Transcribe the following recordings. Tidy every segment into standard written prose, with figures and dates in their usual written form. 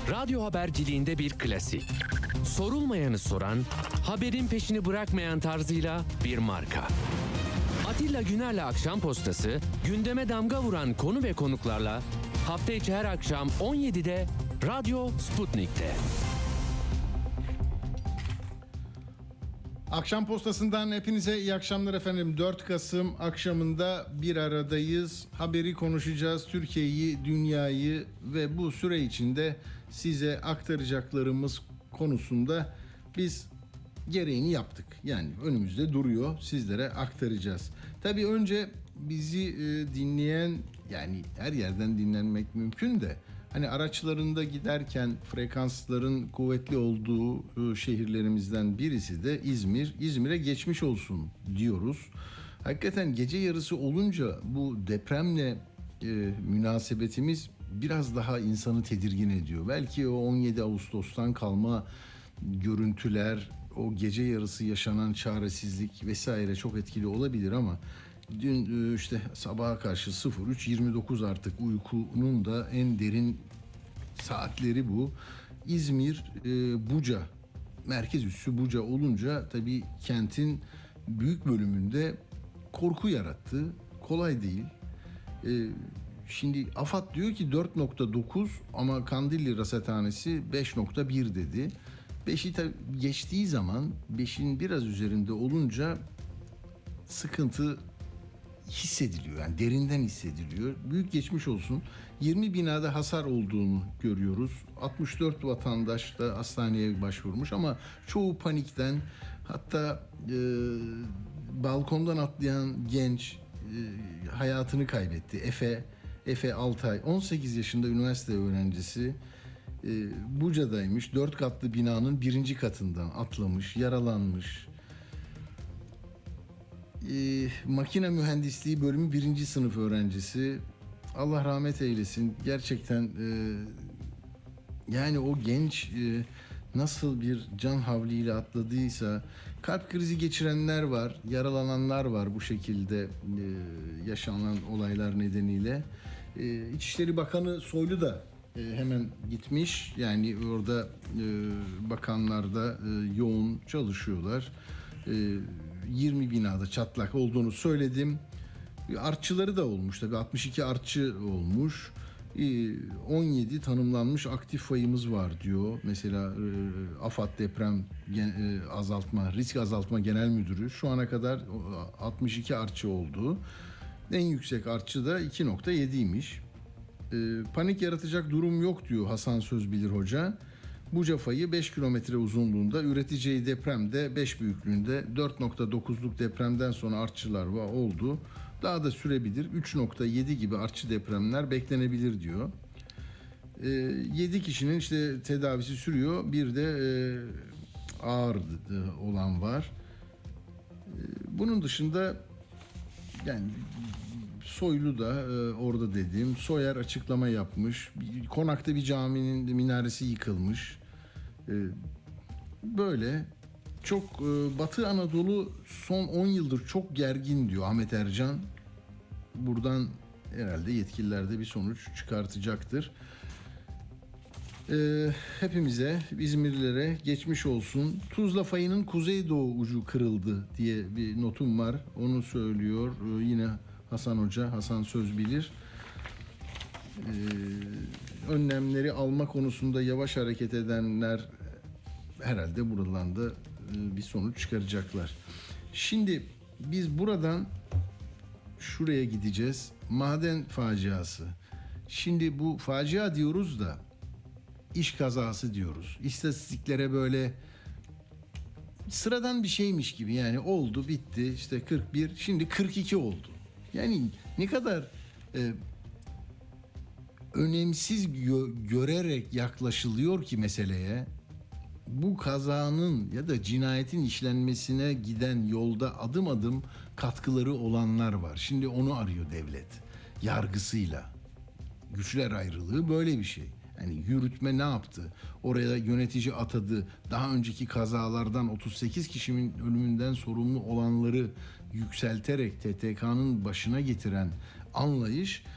Radyo haberciliğinde bir klasik. Sorulmayanı soran, haberin peşini bırakmayan tarzıyla bir marka. Atilla Güner'le Akşam Postası, gündeme damga vuran konu ve konuklarla hafta içi her akşam 17'de Radyo Sputnik'te. Akşam Postası'ndan hepinize iyi akşamlar efendim. 4 Kasım akşamında bir aradayız. Haberi konuşacağız. Türkiye'yi, dünyayı ve bu süre içinde size aktaracaklarımız konusunda biz gereğini yaptık. Yani önümüzde duruyor. Sizlere aktaracağız. Tabii önce bizi dinleyen, yani her yerden dinlenmek mümkün de hani araçlarında giderken frekansların kuvvetli olduğu şehirlerimizden birisi de İzmir. İzmir'e geçmiş olsun diyoruz. Hakikaten gece yarısı olunca bu depremle münasebetimiz biraz daha insanı tedirgin ediyor. Belki o 17 Ağustos'tan kalma görüntüler, o gece yarısı yaşanan çaresizlik vesaire çok etkili olabilir ama dün işte sabaha karşı 03.29 artık uykunun da en derin saatleri bu. İzmir, Buca, merkez üssü Buca olunca tabii kentin büyük bölümünde korku yarattı. Kolay değil. Şimdi AFAD diyor ki 4.9 ama Kandilli Rasathanesi 5.1 dedi. 5'i geçtiği zaman 5'in biraz üzerinde olunca sıkıntı hissediliyor. Yani derinden hissediliyor. Büyük geçmiş olsun. 20 binada hasar olduğunu görüyoruz. 64 vatandaş da hastaneye başvurmuş ama çoğu panikten, hatta balkondan atlayan genç hayatını kaybetti. Efe Altay 18 yaşında üniversite öğrencisi. Buca'daymış. 4 katlı binanın 1. katından atlamış, yaralanmış. Makine mühendisliği bölümü 1. sınıf öğrencisi. Allah rahmet eylesin. Gerçekten yani o genç nasıl bir can havliyle atladıysa, kalp krizi geçirenler var, yaralananlar var bu şekilde yaşanan olaylar nedeniyle. İçişleri Bakanı Soylu da hemen gitmiş. Yani orada bakanlar da yoğun çalışıyorlar. 20 binada çatlak olduğunu söyledim. Artçıları da olmuş tabii, 62 artçı olmuş. 17 tanımlanmış aktif fayımız var diyor. Mesela AFAD Deprem Risk Azaltma Genel Müdürü şu ana kadar 62 artçı oldu. En yüksek artçı da 2.7'ymiş. Panik yaratacak durum yok diyor Hasan Sözbilir Hoca. Buca fayı 5 kilometre uzunluğunda, üreteceği depremde 5 büyüklüğünde, 4.9'luk depremden sonra artçılar oldu. Daha da sürebilir. 3.7 gibi artçı depremler beklenebilir diyor. 7 kişinin işte tedavisi sürüyor. Bir de ağır olan var. Bunun dışında yani Soylu da orada dediğim, Soyer açıklama yapmış. Konak'ta bir caminin minaresi yıkılmış. Böyle çok Batı Anadolu son 10 yıldır çok gergin diyor Ahmet Ercan. Buradan herhalde yetkililer de bir sonuç çıkartacaktır. Hepimize, İzmirlilere geçmiş olsun. Tuzla fayının kuzeydoğu ucu kırıldı diye bir notum var. Onu söylüyor yine Hasan Hoca, Hasan Sözbilir. Önlemleri alma konusunda yavaş hareket edenler herhalde buradan da bir sonuç çıkaracaklar. Şimdi biz buradan şuraya gideceğiz. Maden faciası. Şimdi bu facia diyoruz da iş kazası diyoruz. İstatistiklere böyle sıradan bir şeymiş gibi, yani oldu bitti işte 41, şimdi 42 oldu. Yani ne kadar önemsiz görerek yaklaşılıyor ki meseleye. Bu kazanın ya da cinayetin işlenmesine giden yolda adım adım katkıları olanlar var. Şimdi onu arıyor devlet yargısıyla. Güçler ayrılığı böyle bir şey. Yani yürütme ne yaptı? Oraya yönetici atadı. Daha önceki kazalardan 38 kişinin ölümünden sorumlu olanları yükselterek TTK'nın başına getiren anlayış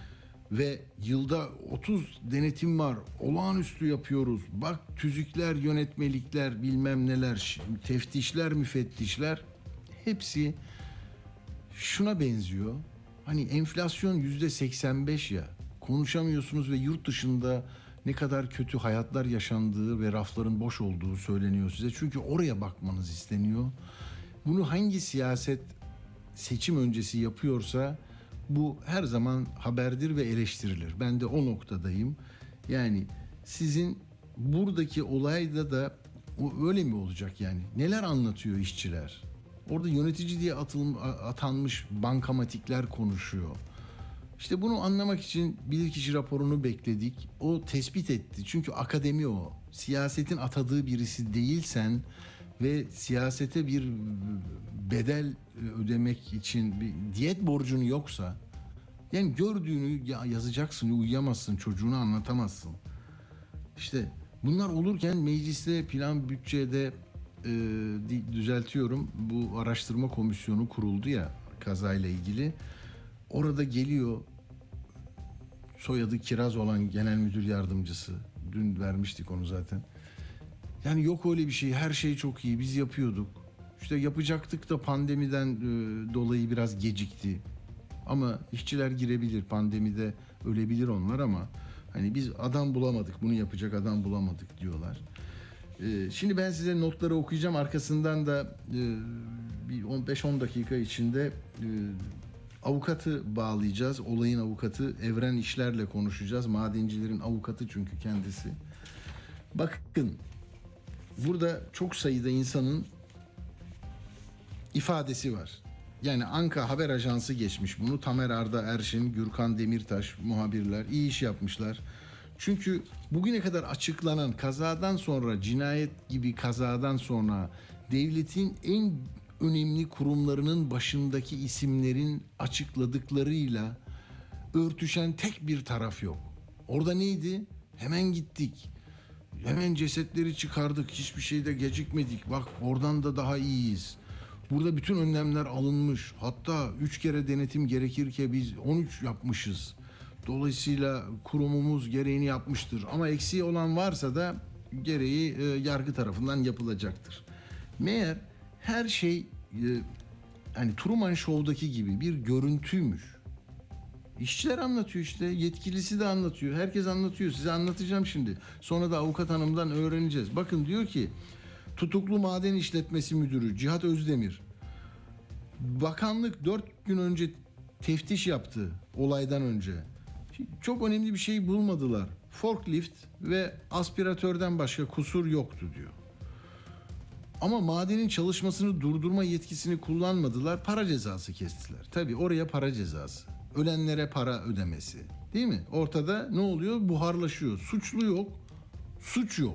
ve yılda 30 denetim var, olağanüstü yapıyoruz. Bak tüzükler, yönetmelikler, bilmem neler, teftişler, müfettişler hepsi şuna benziyor. Hani enflasyon %85 ya, konuşamıyorsunuz ve yurt dışında ne kadar kötü hayatlar yaşandığı ve rafların boş olduğu söyleniyor size. Çünkü oraya bakmanız isteniyor. Bunu hangi siyaset seçim öncesi yapıyorsa bu her zaman haberdir ve eleştirilir. Ben de o noktadayım. Yani sizin buradaki olayda da öyle mi olacak yani? Neler anlatıyor işçiler? Orada yönetici diye atanmış bankamatikler konuşuyor. İşte bunu anlamak için bilirkişi raporunu bekledik. O tespit etti. Çünkü akademi o. Siyasetin atadığı birisi değilsen ve siyasete bir bedel ödemek için bir diyet borcun yoksa, yani gördüğünü yazacaksın, uyuyamazsın, çocuğuna anlatamazsın. İşte bunlar olurken mecliste plan bütçede düzeltiyorum, bu araştırma komisyonu kuruldu ya kazayla ilgili. Orada geliyor soyadı Kiraz olan genel müdür yardımcısı. Dün vermiştik onu zaten. Yani yok öyle bir şey. Her şey çok iyi. Biz yapıyorduk. İşte yapacaktık da pandemiden dolayı biraz gecikti. Ama işçiler girebilir. Pandemide ölebilir onlar ama hani biz adam bulamadık. Bunu yapacak adam bulamadık diyorlar. Şimdi ben size notları okuyacağım. Arkasından da bir 15-10 dakika içinde avukatı bağlayacağız. Olayın avukatı Evren İşler'le konuşacağız. Madencilerin avukatı çünkü kendisi. Bakın burada çok sayıda insanın ifadesi var. Yani Anka Haber Ajansı geçmiş bunu. Tamer Arda Erşin, Gürkan Demirtaş muhabirler iyi iş yapmışlar. Çünkü bugüne kadar açıklanan kazadan sonra, cinayet gibi kazadan sonra devletin en önemli kurumlarının başındaki isimlerin açıkladıklarıyla örtüşen tek bir taraf yok. Orada neydi? Hemen gittik. Hemen cesetleri çıkardık. Hiçbir şeyde gecikmedik. Bak oradan da daha iyiyiz. Burada bütün önlemler alınmış. Hatta 3 kere denetim gerekirken biz 13 yapmışız. Dolayısıyla kurumumuz gereğini yapmıştır. Ama eksiği olan varsa da gereği yargı tarafından yapılacaktır. Meğer her şey hani Truman Show'daki gibi bir görüntüymüş. İşçiler anlatıyor işte, yetkilisi de anlatıyor, herkes anlatıyor. Size anlatacağım şimdi. Sonra da avukat hanımdan öğreneceğiz. Bakın diyor ki, tutuklu maden işletmesi müdürü Cihat Özdemir, bakanlık 4 gün önce teftiş yaptı olaydan önce. Çok önemli bir şey bulmadılar. Forklift ve aspiratörden başka kusur yoktu diyor. Ama madenin çalışmasını durdurma yetkisini kullanmadılar. Para cezası kestiler. Tabii oraya para cezası. Ölenlere para ödemesi. Değil mi? Ortada ne oluyor? Buharlaşıyor. Suçlu yok. Suç yok.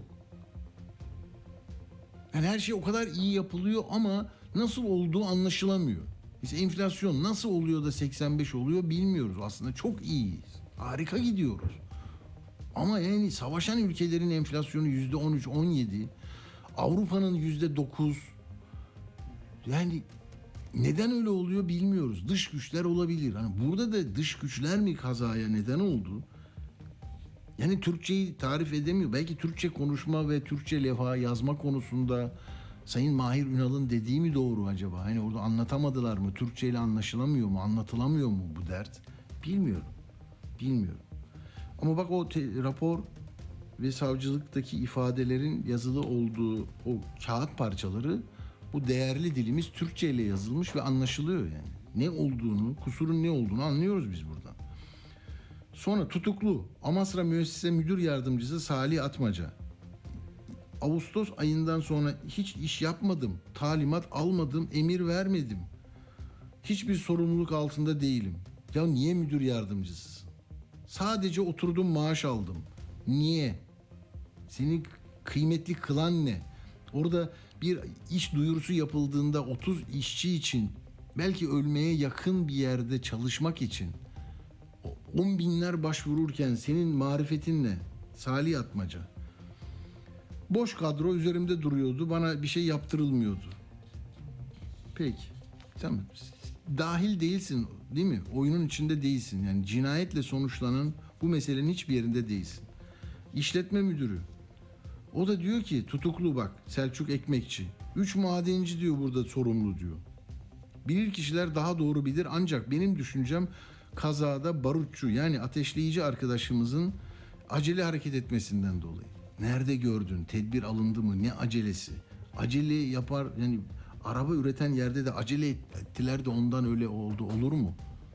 Yani her şey o kadar iyi yapılıyor ama nasıl olduğu anlaşılamıyor. İşte enflasyon nasıl oluyor da 85 oluyor bilmiyoruz. Aslında çok iyiyiz. Harika gidiyoruz. Ama yani savaşan ülkelerin enflasyonu %13, 17. Avrupa'nın %9. Yani neden öyle oluyor bilmiyoruz. Dış güçler olabilir. Hani burada da dış güçler mi kazaya neden oldu? Yani Türkçeyi tarif edemiyor. Belki Türkçe konuşma ve Türkçe levha yazma konusunda Sayın Mahir Ünal'ın dediği mi doğru acaba? Hani orada anlatamadılar mı? Türkçe ile anlaşılamıyor mu? Anlatılamıyor mu bu dert? Bilmiyorum. Bilmiyorum. Ama bak o rapor ve savcılıktaki ifadelerin yazılı olduğu o kağıt parçaları, bu değerli dilimiz Türkçe ile yazılmış ve anlaşılıyor yani. Ne olduğunu, kusurun ne olduğunu anlıyoruz biz buradan. Sonra tutuklu Amasra Müessese Müdür Yardımcısı Salih Atmaca. Ağustos ayından sonra hiç iş yapmadım, talimat almadım, emir vermedim. Hiçbir sorumluluk altında değilim. Ya niye müdür yardımcısısın? Sadece oturdum, maaş aldım. Niye? Seni kıymetli kılan ne? Orada bir iş duyurusu yapıldığında 30 işçi için, belki ölmeye yakın bir yerde çalışmak için 10 binler başvururken senin marifetin ne? Salih Atmaca. Boş kadro üzerimde duruyordu. Bana bir şey yaptırılmıyordu. Peki. Tamam. dahil değilsin, değil mi? Oyunun içinde değilsin. Yani cinayetle sonuçlanan bu meselenin hiçbir yerinde değilsin. İşletme müdürü. O da diyor ki tutuklu bak Selçuk Ekmekçi. 3 madenci diyor burada sorumlu diyor. Bilir kişiler daha doğru bilir ancak benim düşüncem kazada barutçu yani ateşleyici arkadaşımızın acele hareket etmesinden dolayı. Nerede gördün? Tedbir alındı mı? Ne acelesi? Acele yapar yani araba üreten yerde de acele ettiler de ondan öyle oldu olur mu?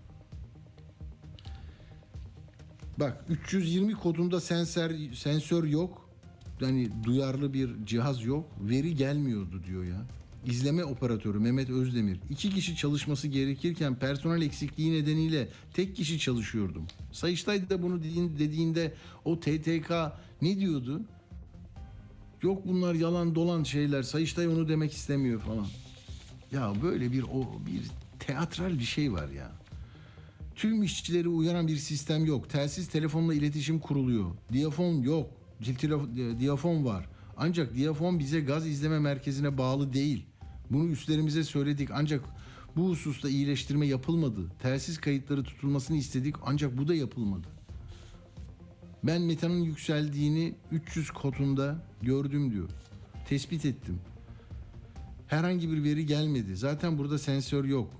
Bak 320 kodunda sensör yok. Yani duyarlı bir cihaz yok. Veri gelmiyordu diyor ya. İzleme operatörü Mehmet Özdemir. 2 kişi çalışması gerekirken personel eksikliği nedeniyle tek kişi çalışıyordum. Sayıştay da bunu dediğinde o TTK ne diyordu? Yok bunlar yalan dolan şeyler. Sayıştay onu demek istemiyor falan. Ya böyle bir teatral bir şey var ya. Tüm işçileri uyaran bir sistem yok. Telsiz telefonla iletişim kuruluyor. Diyafon yok. Diyafon var. Ancak diyafon bize gaz izleme merkezine bağlı değil. Bunu üstlerimize söyledik ancak bu hususta iyileştirme yapılmadı. Telsiz kayıtları tutulmasını istedik ancak bu da yapılmadı. Ben metanın yükseldiğini 300 kodunda gördüm diyor. Tespit ettim. Herhangi bir veri gelmedi. Zaten burada sensör yok.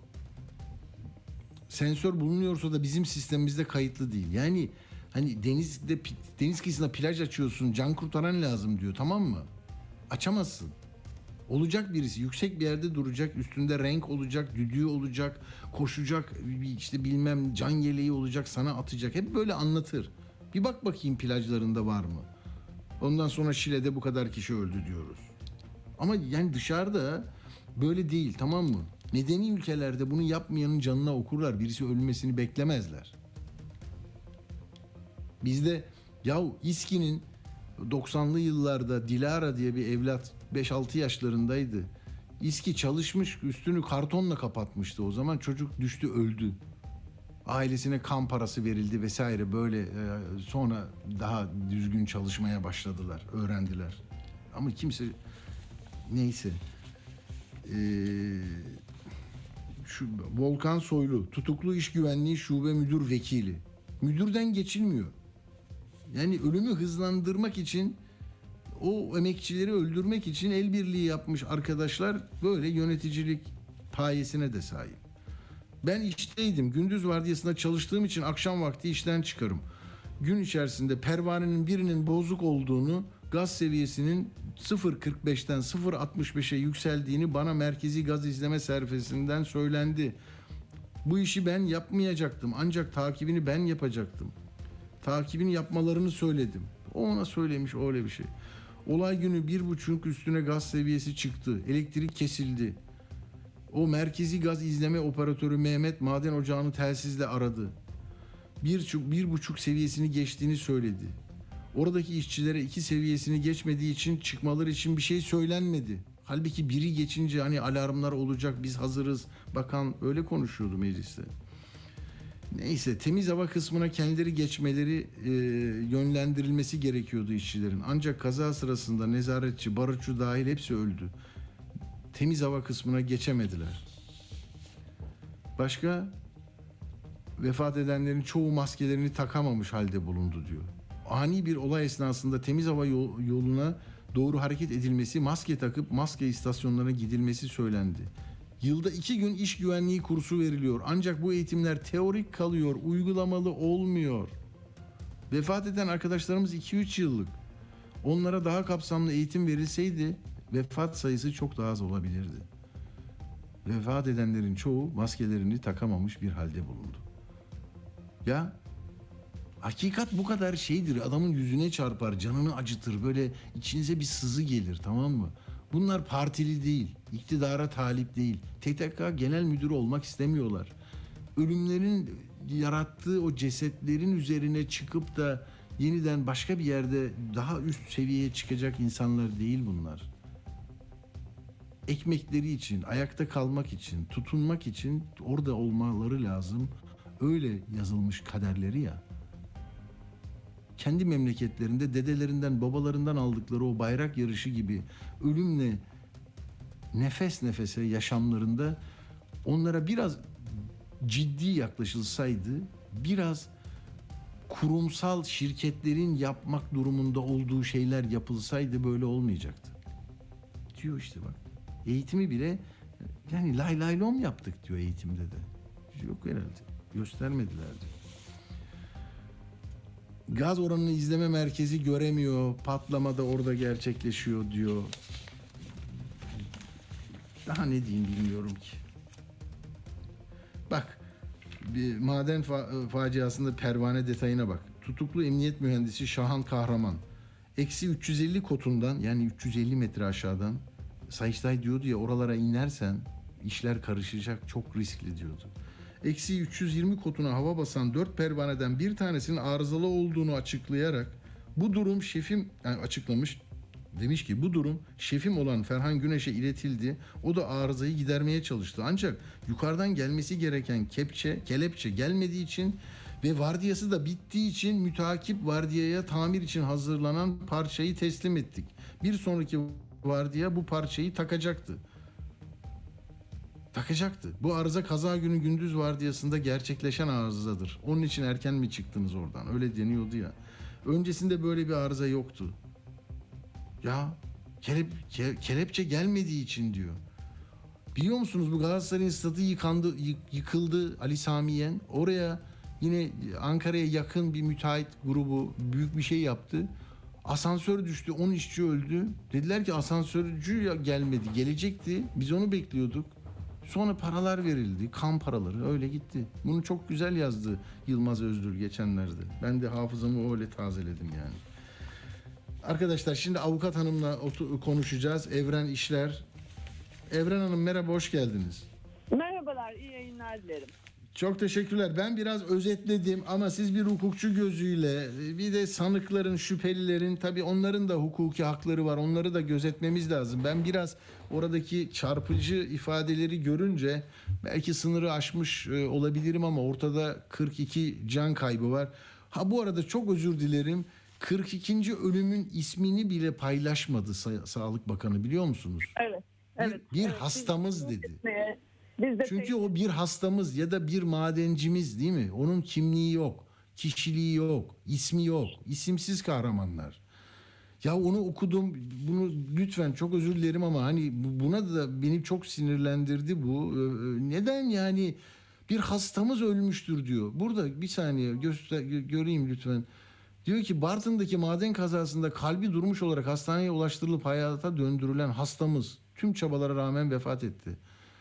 Sensör bulunuyorsa da bizim sistemimizde kayıtlı değil. Yani hani deniz kıyısında plaj açıyorsun, can kurtaran lazım diyor, tamam mı? Açamazsın. Olacak birisi yüksek bir yerde duracak, üstünde renk olacak, düdüğü olacak, koşacak, işte bilmem can yeleği olacak, sana atacak. Hep böyle anlatır. Bir bak bakayım plajlarında var mı? Ondan sonra Şile'de bu kadar kişi öldü diyoruz. Ama yani dışarıda böyle değil, tamam mı? Medeni ülkelerde bunu yapmayanın canına okurlar. Birisi ölmesini beklemezler. Bizde İSKİ'nin 90'lı yıllarda Dilara diye bir evlat 5-6 yaşlarındaydı. İSKİ çalışmış, üstünü kartonla kapatmıştı. O zaman çocuk düştü, öldü. Ailesine kan parası verildi vesaire böyle sonra daha düzgün çalışmaya başladılar, öğrendiler. Ama kimse neyse. Şu Volkan Soylu tutuklu iş güvenliği şube müdür vekili. Müdürden geçilmiyor. Yani ölümü hızlandırmak için o emekçileri öldürmek için el birliği yapmış arkadaşlar böyle yöneticilik payesine de sahip. Ben işteydim. Gündüz vardiyasında çalıştığım için akşam vakti işten çıkarım. Gün içerisinde pervanenin birinin bozuk olduğunu, gaz seviyesinin 0.45'ten 0.65'e yükseldiğini bana merkezi gaz izleme servisinden söylendi. Bu işi ben yapmayacaktım ancak takibini ben yapacaktım. Takibini yapmalarını söyledim. O ona söylemiş öyle bir şey. Olay günü 1.5 üstüne gaz seviyesi çıktı. Elektrik kesildi. O merkezi gaz izleme operatörü Mehmet maden ocağını telsizle aradı. 1.5 seviyesini geçtiğini söyledi. Oradaki işçilere 2 seviyesini geçmediği için çıkmaları için bir şey söylenmedi. Halbuki biri geçince hani alarmlar olacak, biz hazırız. Bakan öyle konuşuyordu mecliste. Neyse temiz hava kısmına kendileri geçmeleri yönlendirilmesi gerekiyordu işçilerin. Ancak kaza sırasında nezaretçi, barutçu dahil hepsi öldü. Temiz hava kısmına geçemediler. Başka? Vefat edenlerin çoğu maskelerini takamamış halde bulundu diyor. Ani bir olay esnasında temiz hava yoluna doğru hareket edilmesi, maske takıp maske istasyonlarına gidilmesi söylendi. Yılda 2 gün iş güvenliği kursu veriliyor. Ancak bu eğitimler teorik kalıyor, uygulamalı olmuyor. Vefat eden arkadaşlarımız 2-3 yıllık. Onlara daha kapsamlı eğitim verilseydi vefat sayısı çok daha az olabilirdi. Vefat edenlerin çoğu maskelerini takamamış bir halde bulundu. Ya hakikat bu kadar şeydir. Adamın yüzüne çarpar, canını acıtır. Böyle içinize bir sızı gelir, tamam mı? Bunlar partili değil, iktidara talip değil. TTK genel müdürü olmak istemiyorlar. Ölümlerin yarattığı o cesetlerin üzerine çıkıp da yeniden başka bir yerde daha üst seviyeye çıkacak insanlar değil bunlar. Ekmekleri için, ayakta kalmak için, tutunmak için orada olmaları lazım. Öyle yazılmış kaderleri ya. Kendi memleketlerinde dedelerinden, babalarından aldıkları o bayrak yarışı gibi ölümle nefes nefese yaşamlarında onlara biraz ciddi yaklaşılsaydı, biraz kurumsal şirketlerin yapmak durumunda olduğu şeyler yapılsaydı böyle olmayacaktı. Diyor işte bak. Eğitimi bile yani lay lay lom yaptık diyor eğitimde de. Yok herhalde. Göstermediler diyor. Gaz oranını izleme merkezi göremiyor. Patlama da orada gerçekleşiyor diyor. Daha ne diyeyim bilmiyorum ki. Bak, bir maden faciasında pervane detayına bak. Tutuklu emniyet mühendisi Şahan Kahraman. Eksi 350 kotundan, yani 350 metre aşağıdan, Sayıştay diyordu ya, oralara inersen işler karışacak, çok riskli diyordu. Eksi 320 kotuna hava basan 4 pervaneden bir tanesinin arızalı olduğunu açıklayarak bu durum açıklamış. Demiş ki bu durum şefim olan Ferhan Güneş'e iletildi. O da arızayı gidermeye çalıştı. Ancak yukarıdan gelmesi gereken kelepçe gelmediği için ve vardiyası da bittiği için müteakip vardiyaya tamir için hazırlanan parçayı teslim ettik. Bir sonraki vardiya bu parçayı takacaktı. Bu arıza kaza günü gündüz vardiyasında gerçekleşen arızadır. Onun için erken mi çıktınız oradan? Öyle deniyordu ya. Öncesinde böyle bir arıza yoktu. Ya kelepçe gelmediği için diyor. Biliyor musunuz bu Galatasaray'ın stadı yıkıldı Ali Sami Yen. Oraya yine Ankara'ya yakın bir müteahhit grubu büyük bir şey yaptı. Asansör düştü, 10 işçi öldü. Dediler ki asansörcü gelmedi, gelecekti. Biz onu bekliyorduk. Sonra paralar verildi, kan paraları, öyle gitti. Bunu çok güzel yazdı Yılmaz Özdül geçenlerde. Ben de hafızamı öyle tazeledim yani. Arkadaşlar şimdi avukat hanımla konuşacağız. Evren İşler. Evren Hanım merhaba, hoş geldiniz. Merhabalar, iyi yayınlar dilerim. Çok teşekkürler. Ben biraz özetledim ama siz bir hukukçu gözüyle, bir de sanıkların, şüphelilerin, tabii onların da hukuki hakları var. Onları da gözetmemiz lazım. Ben biraz oradaki çarpıcı ifadeleri görünce belki sınırı aşmış olabilirim ama ortada 42 can kaybı var. Ha bu arada çok özür dilerim. 42. ölümün ismini bile paylaşmadı Sağlık Bakanı, biliyor musunuz? Evet. Bir evet, hastamız dedi. Biz de Çünkü o bir hastamız ya da bir madencimiz, değil mi? Onun kimliği yok, kişiliği yok, ismi yok. İsimsiz kahramanlar. Ya onu okudum. Bunu lütfen, çok özür dilerim ama hani buna da beni çok sinirlendirdi bu. Neden yani bir hastamız ölmüştür diyor. Burada bir saniye göreyim lütfen. Diyor ki Bartın'daki maden kazasında kalbi durmuş olarak hastaneye ulaştırılıp hayata döndürülen hastamız tüm çabalara rağmen vefat etti.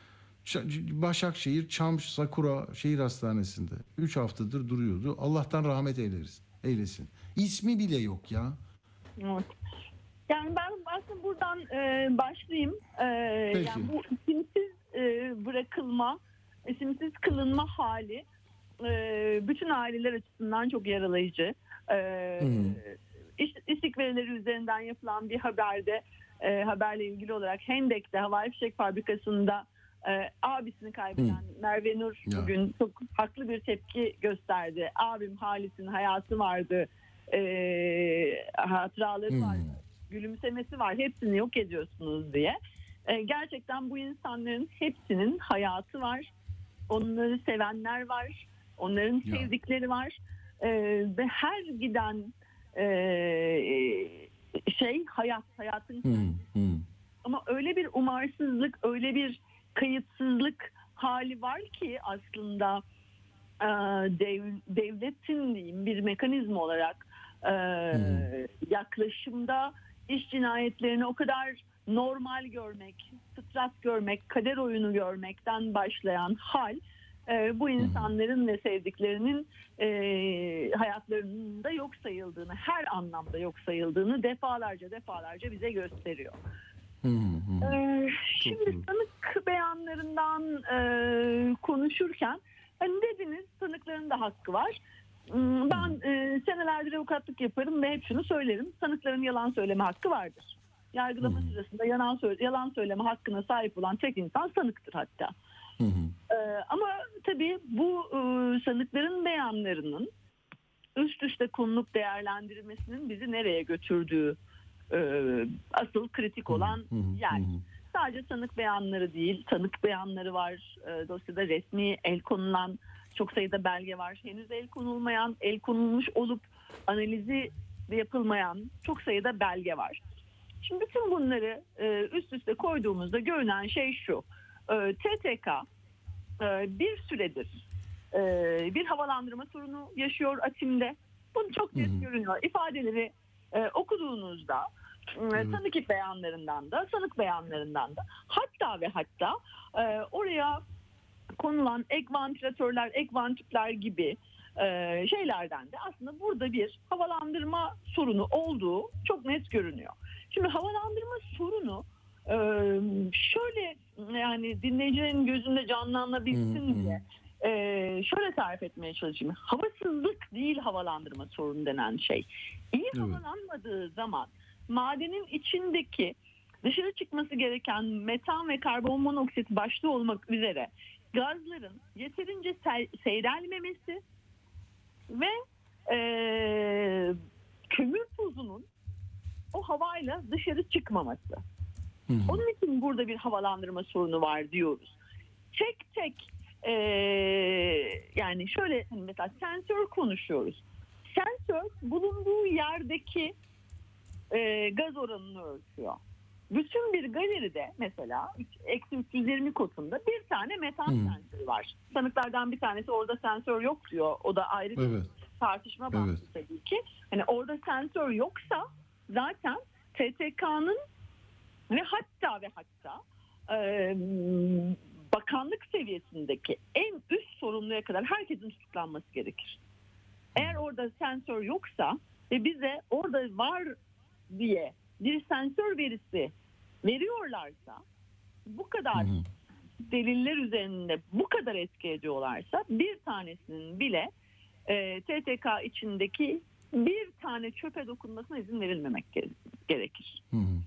Başakşehir Çam Sakura Şehir Hastanesi'nde 3 haftadır duruyordu. Allah'tan rahmet eylesin. İsmi bile yok ya. Evet. Yani ben aslında buradan başlayayım. Yani bu isimsiz bırakılma, isimsiz kılınma hali bütün aileler açısından çok yaralayıcı. İstik verileri üzerinden yapılan bir haberde, haberle ilgili olarak Hendek'te havai fişek fabrikasında abisini kaybeden Merve Nur bugün çok haklı bir tepki gösterdi. Abim Halis'in hayatı vardı, hatıraları var, gülümsemesi var, hepsini yok ediyorsunuz diye. Gerçekten bu insanların hepsinin hayatı var, onları sevenler var, onların sevdikleri var ve her giden hayatın ama öyle bir umarsızlık, öyle bir kayıtsızlık hali var ki aslında devletin diyeyim bir mekanizma olarak yaklaşımda iş cinayetlerini o kadar normal görmek, fıtrat görmek, kader oyunu görmekten başlayan hal bu insanların ve sevdiklerinin hayatlarında yok sayıldığını, her anlamda yok sayıldığını defalarca bize gösteriyor. Şimdi sanık beyanlarından konuşurken hani dediniz, sanıkların da hakkı var. Ben senelerdir avukatlık yaparım ve hep şunu söylerim: sanıkların yalan söyleme hakkı vardır. Yargılama sırasında yalan söyleme hakkına sahip olan tek insan sanıktır hatta. Ama tabii bu sanıkların beyanlarının üst üste konulup değerlendirilmesinin bizi nereye götürdüğü asıl kritik olan yer. sadece sanık beyanları değil, tanık beyanları var. Dosyada resmi el konulan çok sayıda belge var. Henüz el konulmayan, el konulmuş olup analizi yapılmayan çok sayıda belge var. Şimdi bütün bunları üst üste koyduğumuzda görünen şey şu. TTK bir süredir bir havalandırma sorunu yaşıyor ATİM'de. Bunu çok net görünüyor. İfadeleri okuduğunuzda tanık beyanlarından da, sanık beyanlarından da, hatta ve hatta oraya konulan ek vantilatörler, ek vantüpler gibi şeylerden de aslında burada bir havalandırma sorunu olduğu çok net görünüyor. Şimdi havalandırma sorunu şöyle, yani dinleyicilerin gözünde canlanabilsin diye şöyle tarif etmeye çalışayım. Havasızlık değil havalandırma sorunu denen şey. İyi havalanmadığı zaman madenin içindeki dışarı çıkması gereken metan ve karbon monoksit başta olmak üzere gazların yeterince seyrelmemesi ve kömür tozunun o havayla dışarı çıkmaması. Onun için burada bir havalandırma sorunu var diyoruz. Tek yani şöyle, mesela sensör konuşuyoruz. Sensör bulunduğu yerdeki gaz oranını ölçüyor. Bütün bir galeride mesela eksi 320 kotunda bir tane metan sensörü var. Sanıklardan bir tanesi orada sensör yok diyor. O da ayrı bir tartışma bahsi tabii ki. Hani orada sensör yoksa zaten TTK'nın ve hatta bakanlık seviyesindeki en üst sorumluya kadar herkesin tutuklanması gerekir. Eğer orada sensör yoksa ve bize orada var diye bir sensör verisi veriyorlarsa, bu kadar deliller üzerinde bu kadar etki ediyorlarsa, bir tanesinin bile TTK içindeki bir tane çöpe dokunmasına izin verilmemek gerekir.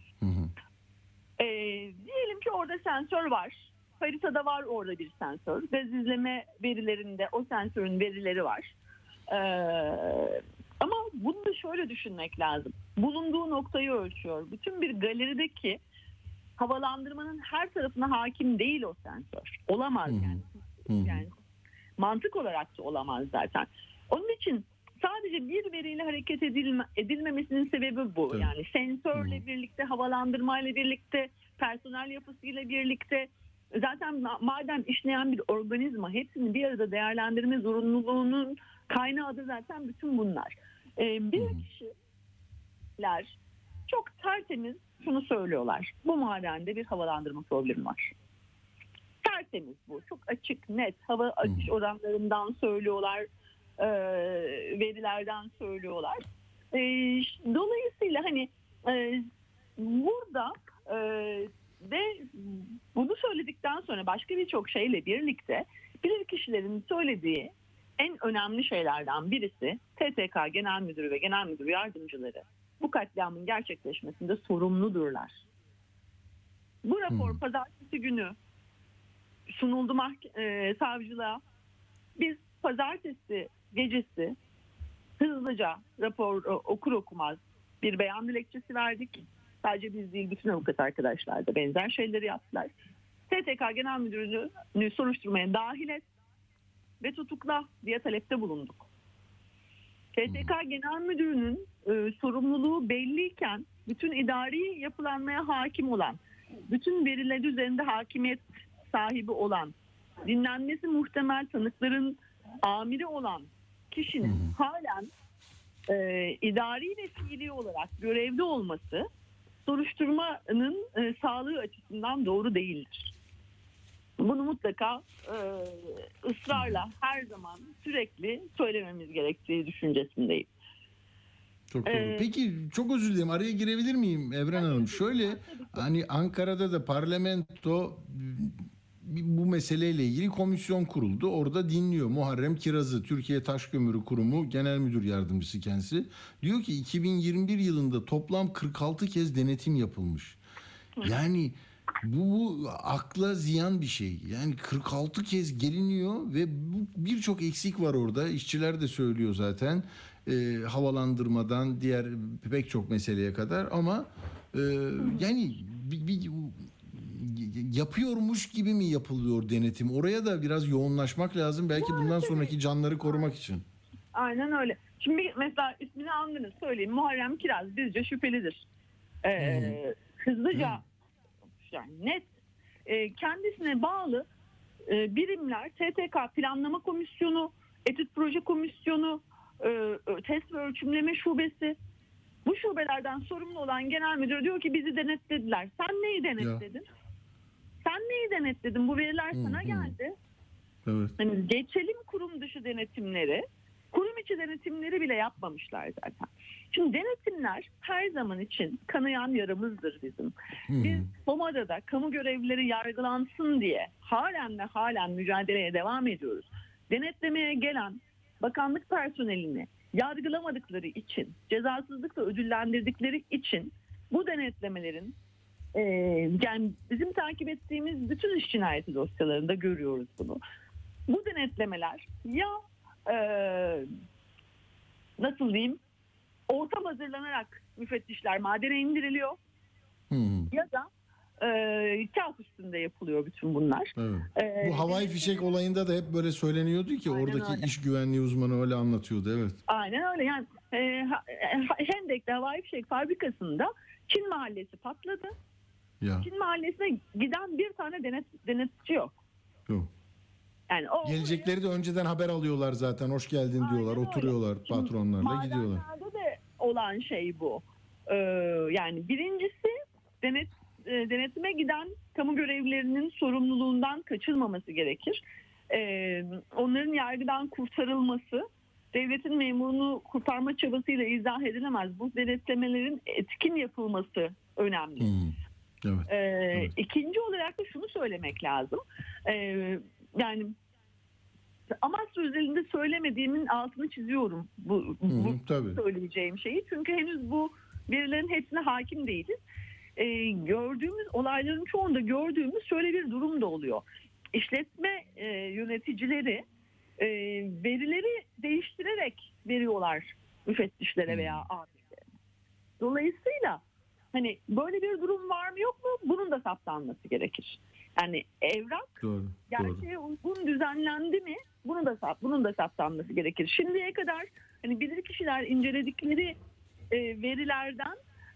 Diyelim ki orada sensör var. Haritada var orada bir sensör. Gaz izleme verilerinde o sensörün verileri var. Ama bunu da şöyle düşünmek lazım. Bulunduğu noktayı ölçüyor. Bütün bir galerideki havalandırmanın her tarafına hakim değil o sensör. Olamaz yani. Yani mantık olarak da olamaz zaten. Onun için sadece bir veriyle hareket edilmemesinin sebebi bu. Yani sensörle birlikte, havalandırmayla birlikte, personel yapısıyla birlikte, zaten madem işleyen bir organizma, hepsini bir arada değerlendirme zorunluluğunun kaynağı da zaten bütün bunlar. Bilirkişiler çok tertemiz şunu söylüyorlar. Bu madende bir havalandırma problemi var. Tertemiz bu. Çok açık, net. Hava akış oranlarından söylüyorlar. Verilerden söylüyorlar. Dolayısıyla hani burada ve bunu söyledikten sonra başka birçok şeyle birlikte bilirkişilerin söylediği en önemli şeylerden birisi, TTK Genel Müdürü ve Genel Müdür Yardımcıları bu katliamın gerçekleşmesinde sorumludurlar. Bu rapor pazartesi günü sunuldu savcılığa. Biz pazartesi gecesi hızlıca rapor okur okumaz bir beyan dilekçesi verdik. Sadece biz değil, bütün avukat arkadaşlar da benzer şeyleri yaptılar. TTK Genel Müdürünü soruşturmaya dahil et ve tutukla diye talepte bulunduk. TTK Genel Müdürü'nün sorumluluğu belliyken bütün idari yapılanmaya hakim olan, bütün veriler üzerinde hakimiyet sahibi olan, dinlenmesi muhtemel tanıkların amiri olan kişinin halen idari ve fiili olarak görevli olması soruşturmanın sağlığı açısından doğru değildir. Bunu mutlaka ısrarla her zaman sürekli söylememiz gerektiği düşüncesindeyim. Çok doğru. Peki çok özür dilerim, araya girebilir miyim Evren Hanım? Şöyle, hani Ankara'da da parlamento bu meseleyle ilgili komisyon kuruldu. Orada dinliyor Muharrem Kiraz'ı, Türkiye Taşkömürü Kurumu Genel Müdür Yardımcısı kendisi. Diyor ki 2021 yılında toplam 46 kez denetim yapılmış. Yani bu akla ziyan bir şey. Yani 46 kez geliniyor ve birçok eksik var orada. İşçiler de söylüyor zaten. Havalandırmadan diğer pek çok meseleye kadar, ama yani bir yapıyormuş gibi mi yapılıyor denetim? Oraya da biraz yoğunlaşmak lazım. Belki bundan sonraki canları korumak için. Aynen öyle. Şimdi mesela ismini andınız, söyleyeyim. Muharrem Kiraz bizce şüphelidir. Hızlıca, yani net, kendisine bağlı birimler, TTK Planlama Komisyonu, Etüt Proje Komisyonu, Test ve Ölçümleme Şubesi, bu şubelerden sorumlu olan genel müdür diyor ki bizi denetlediler. Sen neyi denetledin? Sen neyi denetledin? Bu veriler sana geldi. Evet. Hani geçelim kurum dışı denetimleri, kurum içi denetimleri bile yapmamışlar zaten. Şimdi denetimler her zaman için kanayan yaramızdır bizim. Biz Soma'da kamu görevlileri yargılansın diye halen mücadeleye devam ediyoruz. Denetlemeye gelen bakanlık personelini yargılamadıkları için, cezasızlıkla ödüllendirdikleri için bu denetlemelerin yani bizim takip ettiğimiz bütün iş cinayeti dosyalarında görüyoruz bunu. Bu denetlemeler ya nasıl diyeyim, ortam hazırlanarak müfettişler madene indiriliyor ya da kağıt üstünde yapılıyor bütün bunlar. Evet. Bu havai fişek olayında da hep böyle söyleniyordu ki Aynen oradaki öyle. iş güvenliği uzmanı öyle anlatıyordu. Evet. Aynen öyle. Yani Hendek'te havai fişek fabrikasında Çin mahallesi patladı. Ya. Çin mahallesine giden bir tane denetçi yok. Yok. Yani Gelecekleri de önceden haber alıyorlar zaten. Hoş geldin diyorlar. Aynen Oturuyorlar öyle. patronlarla gidiyorlar. Madenlerde de olan şey bu. Yani birincisi denetime giden kamu görevlilerinin sorumluluğundan kaçılmaması gerekir. Onların yargıdan kurtarılması devletin memurunu kurtarma çabasıyla izah edilemez. Bu denetlemelerin etkin yapılması önemli. Evet. Evet. İkinci olarak da şunu söylemek lazım. Yani Amasra özelinde söylemediğimin altını çiziyorum bu söyleyeceğim şeyi. Çünkü henüz bu verilerin hepsine hakim değiliz. Gördüğümüz olayların çoğunda gördüğümüz şöyle bir durum da oluyor. İşletme yöneticileri verileri değiştirerek veriyorlar müfettişlere veya amirlere. Dolayısıyla hani böyle bir durum var mı yok mu? Bunun da saptanması gerekir. Yani evrak gerçeğe uygun düzenlendi mi? Bunun da saptanması gerekir. Şimdiye kadar hani bilirkişiler inceledikleri verilerden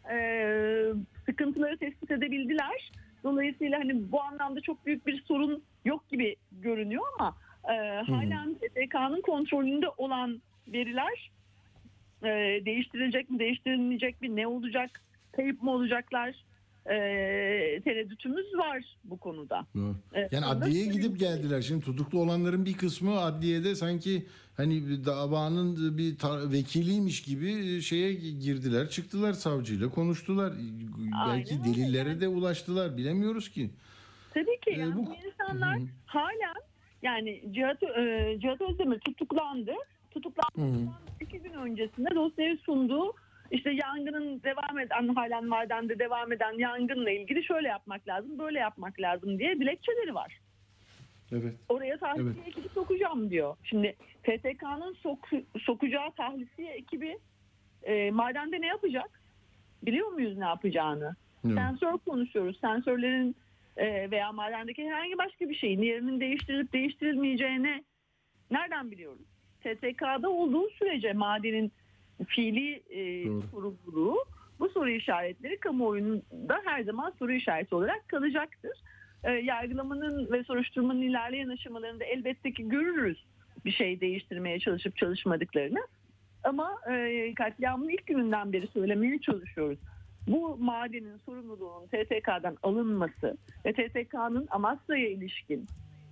sıkıntıları tespit edebildiler. Dolayısıyla hani bu anlamda çok büyük bir sorun yok gibi görünüyor ama halen TTK'nın kontrolünde olan veriler değiştirilecek mi, değiştirilmeyecek mi, ne olacak, kayıp mı olacaklar? Tereddütümüz var bu konuda. Yani adliyeye gidip geldiler. Şimdi tutuklu olanların bir kısmı adliyede sanki hani davanın bir vekiliymiş gibi şeye girdiler, çıktılar, savcıyla konuştular. Belki Aynen delillere yani. de ulaştılar. Bilemiyoruz ki. Tabii ki yani bu insanlar halen yani Cihat Özdemir tutuklandı. Tutuklandıktan 2 gün öncesinde dosyayı sunduğu İşte yangının halen madende devam eden yangınla ilgili şöyle yapmak lazım, böyle yapmak lazım diye dilekçeleri var. Evet. Oraya tahliye ekibi sokacağım diyor. Şimdi TTK'nın sokacağı tahliye ekibi madende ne yapacak? Biliyor muyuz ne yapacağını? Evet. Sensör konuşuyoruz. Sensörlerin veya madendeki herhangi başka bir şeyin yerinin değiştirilip değiştirilmeyeceğini nereden biliyoruz? TTK'da olduğu sürece madenin fiili sorumluluğu, bu soru işaretleri kamuoyunda her zaman soru işareti olarak kalacaktır. Yargılamanın ve soruşturmanın ilerleyen aşamalarında elbette ki görürüz bir şey değiştirmeye çalışıp çalışmadıklarını. Ama katliamın ilk gününden beri söylemeye çalışıyoruz. Bu madenin sorumluluğunun TTK'dan alınması ve TTK'nın Amasra'ya ilişkin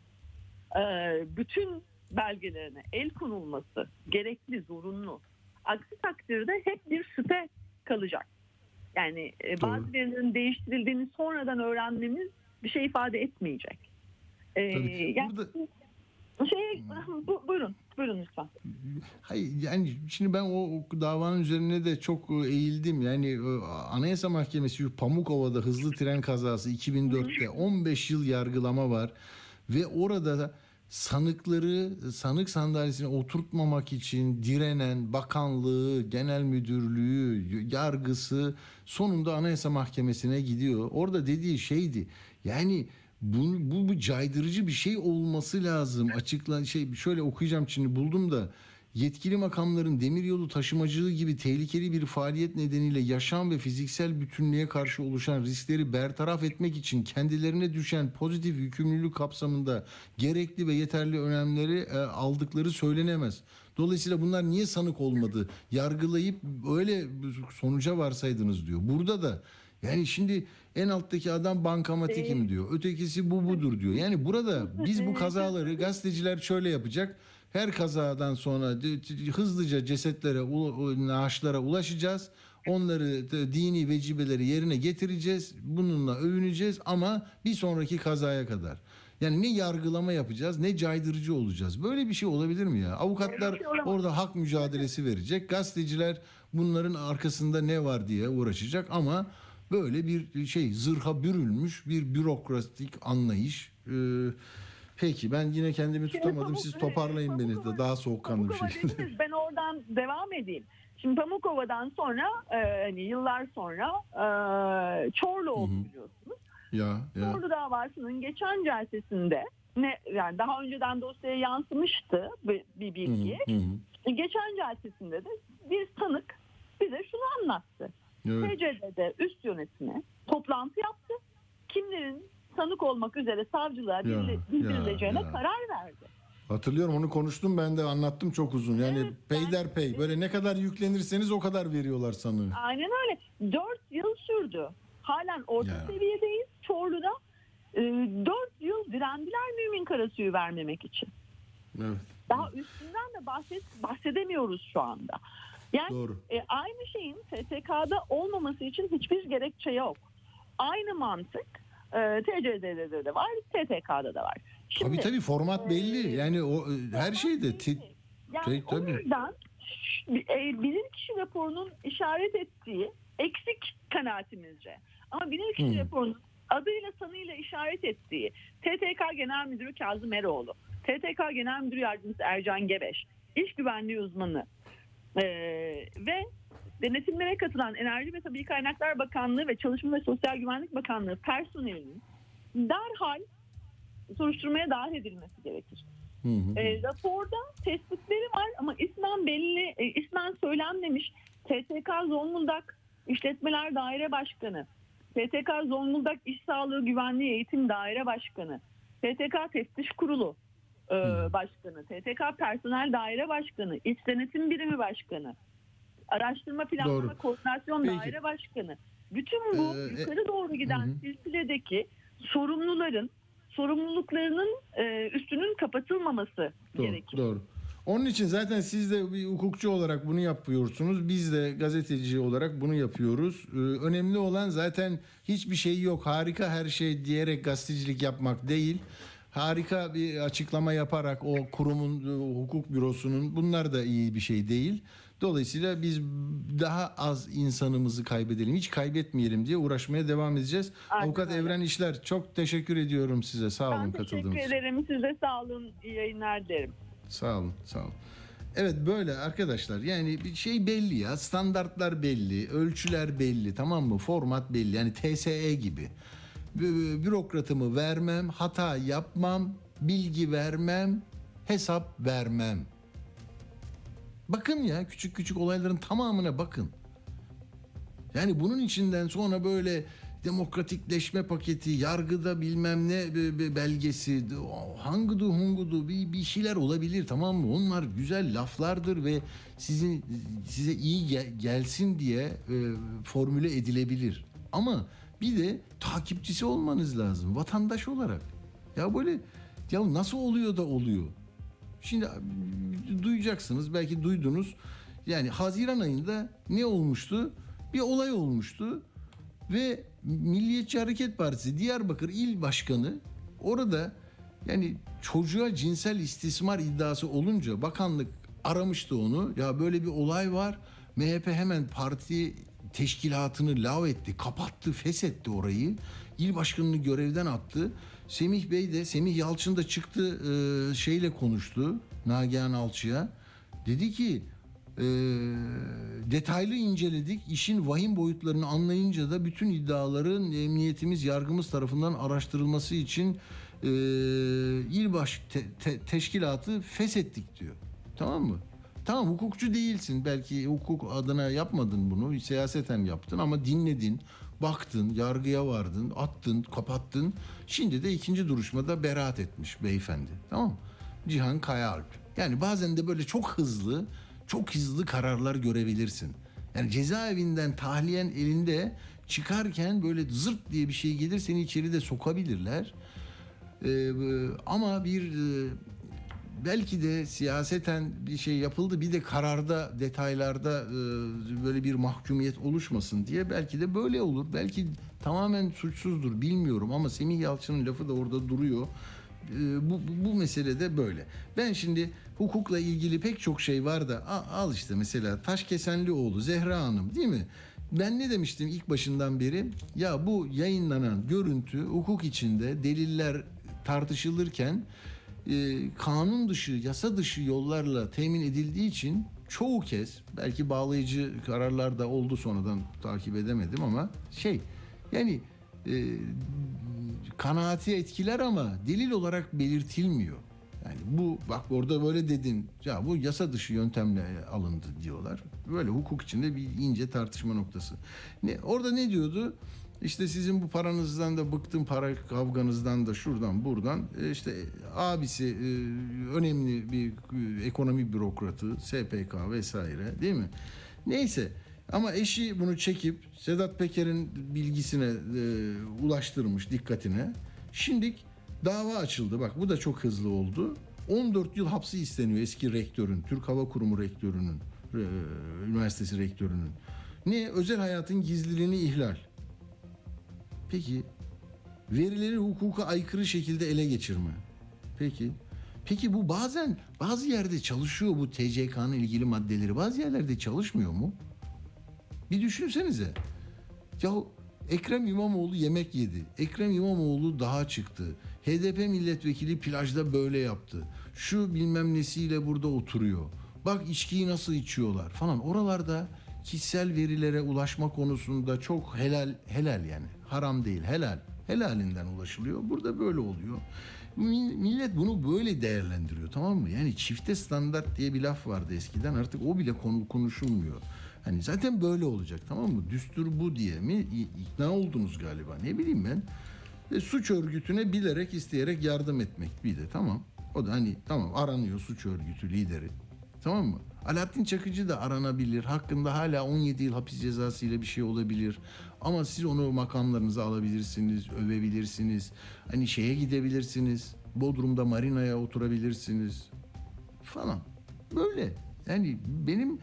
bütün belgelerine el konulması gerekli, zorunlu. Aksi takdirde hep bir şüphe kalacak. Yani bazı verilerin değiştirildiğini sonradan öğrenmemiz bir şey ifade etmeyecek. Yani buyurun lütfen. Hayır, yani şimdi ben o davanın üzerine de çok eğildim. Yani Anayasa Mahkemesi Pamukova'da hızlı tren kazası 2004'te 15 yıl yargılama var ve orada da sanıkları sanık sandalyesine oturtmamak için direnen bakanlığı, genel müdürlüğü, yargısı sonunda Anayasa Mahkemesi'ne gidiyor. Orada dediği şeydi. Yani bu caydırıcı bir şey olması lazım. Şöyle okuyacağım, şimdi buldum da. Yetkili makamların demiryolu taşımacılığı gibi tehlikeli bir faaliyet nedeniyle yaşam ve fiziksel bütünlüğe karşı oluşan riskleri bertaraf etmek için kendilerine düşen pozitif yükümlülük kapsamında gerekli ve yeterli önlemleri aldıkları söylenemez. Dolayısıyla bunlar niye sanık olmadı? Yargılayıp öyle sonuca varsaydınız diyor. Burada da yani şimdi en alttaki adam bankamatikim diyor. Ötekisi budur diyor. Yani burada biz bu kazaları, gazeteciler şöyle yapacak. Her kazadan sonra hızlıca cesetlere, naaşlara ulaşacağız. Onları dini vecibeleri yerine getireceğiz. Bununla övüneceğiz ama bir sonraki kazaya kadar. Yani ne yargılama yapacağız, ne caydırıcı olacağız. Böyle bir şey olabilir mi ya? Avukatlar orada hak mücadelesi verecek. Gazeteciler bunların arkasında ne var diye uğraşacak ama böyle bir zırha bürülmüş bir bürokratik anlayış. Peki, ben yine kendimi tutamadım. Siz toparlayın beni de daha soğukkanlı bir şekilde. Ben oradan devam edeyim. Şimdi Pamukova'dan sonra hani yıllar sonra Çorlu oldu biliyorsunuz. Ya. Çorlu davasının geçen celsesinde yani daha önceden dosyaya yansımıştı bir bilgi. Geçen celsesinde de bir sanık bize şunu anlattı. Evet. TCD'de üst yönetime toplantı yaptı. Kimlerin sanık olmak üzere savcılığa bildirileceğine karar verdi. Hatırlıyorum, onu konuştum ben de, anlattım çok uzun. Yani evet, peyderpey böyle ne kadar yüklenirseniz o kadar veriyorlar sanığı. Aynen öyle. 4 yıl sürdü. Halen orta seviyedeyiz Çorlu'da. 4 yıl direndiler mümin karasuyu vermemek için. Evet. Daha üstünden de bahsedemiyoruz şu anda. Yani doğru. Aynı şeyin STK'da olmaması için hiçbir gerekçe yok. Aynı mantık TCD'de de var, STK'da da var. Şimdi, tabii format belli. Yani o her şeyde. Yani o yüzden bilirkişi raporunun işaret ettiği eksik kanaatimizce. Ama bilirkişi raporunun adıyla sanıyla işaret ettiği TTK Genel Müdürü Kazım Eroğlu, TTK Genel Müdürü Yardımcısı Ercan Gebeş, İş Güvenliği Uzmanı ve denetimlere katılan Enerji ve Tabii Kaynaklar Bakanlığı ve Çalışma ve Sosyal Güvenlik Bakanlığı personelinin derhal soruşturmaya dahil edilmesi gerekir. Raporda tespitleri var ama ismen belli, ismen söylenmemiş. TTK Zonguldak İşletmeler Daire Başkanı, TTK Zonguldak İş Sağlığı Güvenliği Eğitim Daire Başkanı, TTK Teftiş Kurulu Başkanı, TTK Personel Daire Başkanı, İç Denetim Birimi Başkanı, Araştırma Planlama Koordinasyon Daire Başkanı. Bütün bu yukarı doğru giden silsiledeki sorumluların sorumluluklarının üstünün kapatılmaması gerekir. Doğru. Onun için zaten siz de bir hukukçu olarak bunu yapıyorsunuz. Biz de gazeteci olarak bunu yapıyoruz. Önemli olan zaten hiçbir şey yok, harika her şey diyerek gazetecilik yapmak değil. Harika bir açıklama yaparak o kurumun, hukuk bürosunun, bunlar da iyi bir şey değil. Dolayısıyla biz daha az insanımızı kaybedelim, hiç kaybetmeyelim diye uğraşmaya devam edeceğiz. Aynen Avukat öyle. Evren İşler, çok teşekkür ediyorum size. Sağ olun katıldığınız için. Ben teşekkür ederim. Size sağ olun. İyi yayınlar dilerim. Sağ olun. Evet, böyle arkadaşlar, yani bir şey belli ya, standartlar belli, ölçüler belli, tamam mı? Format belli, yani TSE gibi. Bürokratımı vermem, hata yapmam, bilgi vermem, hesap vermem. Bakın ya, küçük küçük olayların tamamına bakın. Yani bunun içinden sonra böyle demokratikleşme paketi, yargıda bilmem ne belgesi, hangudu hungudu bir şeyler olabilir, tamam mı? Onlar güzel laflardır ve size iyi gelsin diye formüle edilebilir. Ama bir de takipçisi olmanız lazım vatandaş olarak. Ya böyle, ya nasıl oluyor da oluyor? Şimdi duyacaksınız, belki duydunuz. Yani Haziran ayında ne olmuştu? Bir olay olmuştu ve Milliyetçi Hareket Partisi Diyarbakır İl Başkanı orada, yani çocuğa cinsel istismar iddiası olunca bakanlık aramıştı onu. Ya böyle bir olay var. MHP hemen parti teşkilatını lav etti, kapattı, feshetti orayı. İl başkanını görevden attı. Semih Yalçın da çıktı, şeyle konuştu, Nagihan Alçı'ya. Dedi ki detaylı inceledik. İşin vahim boyutlarını anlayınca da bütün iddiaların emniyetimiz, yargımız tarafından araştırılması için teşkilatı feshettik diyor. Tamam mı? Tamam, hukukçu değilsin. Belki hukuk adına yapmadın bunu. Siyaseten yaptın ama dinledin, baktın, yargıya vardın, attın, kapattın. Şimdi de ikinci duruşmada beraat etmiş beyefendi. Tamam mı? Cihan Kayaalp. Yani bazen de böyle çok hızlı kararlar görebilirsin. Yani cezaevinden tahliyen elinde çıkarken böyle zırt diye bir şey gelir, seni içeri de sokabilirler. Ama belki de siyaseten bir şey yapıldı, bir de kararda, detaylarda böyle bir mahkumiyet oluşmasın diye belki de böyle olur. Belki tamamen suçsuzdur, bilmiyorum, ama Semih Yalçın'ın lafı da orada duruyor. Bu meselede böyle. Ben şimdi hukukla ilgili pek çok şey var da al işte mesela Taşkesenlioğlu, Zehra Hanım, değil mi? Ben ne demiştim ilk başından beri? Ya bu yayınlanan görüntü hukuk içinde deliller tartışılırken kanun dışı, yasa dışı yollarla temin edildiği için çoğu kez, belki bağlayıcı kararlar da oldu, sonradan takip edemedim ama yani kanaati etkiler ama delil olarak belirtilmiyor. Yani bu, bak orada böyle dedin, ya bu yasa dışı yöntemle alındı diyorlar. Böyle hukuk içinde bir ince tartışma noktası. Orada ne diyordu? İşte sizin bu paranızdan da bıktım, para kavganızdan da, şuradan buradan. İşte abisi önemli bir ekonomi bürokratı, SPK vesaire, değil mi? Neyse, ama eşi bunu çekip Sedat Peker'in bilgisine ulaştırmış, dikkatine. Şimdi dava açıldı. Bak bu da çok hızlı oldu. 14 yıl hapsi isteniyor eski rektörün, Türk Hava Kurumu rektörünün, üniversitesi rektörünün. Ne? Özel hayatın gizliliğini ihlal. Peki, verileri hukuka aykırı şekilde ele geçirme. Peki bu bazı yerde çalışıyor, bu TCK'nın ilgili maddeleri bazı yerlerde çalışmıyor mu? Bir düşünsenize. Ya Ekrem İmamoğlu yemek yedi. Ekrem İmamoğlu dağa çıktı. HDP milletvekili plajda böyle yaptı. Şu bilmem nesiyle burada oturuyor. Bak içkiyi nasıl içiyorlar falan. Oralarda kişisel verilere ulaşma konusunda çok helal yani. Haram değil, helal. Helalinden ulaşılıyor. Burada böyle oluyor. Millet bunu böyle değerlendiriyor, tamam mı? Yani çifte standart diye bir laf vardı eskiden. Artık o bile konuşulmuyor. Hani zaten böyle olacak, tamam mı? Düstur bu diye mi ikna oldunuz galiba? Ne bileyim ben. Suç örgütüne bilerek, isteyerek yardım etmek bir de, tamam. O da hani tamam, aranıyor suç örgütü lideri. Tamam mı? Alaaddin Çakıcı da aranabilir. Hakkında hala 17 yıl hapis cezası ile bir şey olabilir. Ama siz onu makamlarınıza alabilirsiniz, övebilirsiniz. Hani şeye gidebilirsiniz. Bodrum'da marinaya oturabilirsiniz falan. Böyle. Yani benim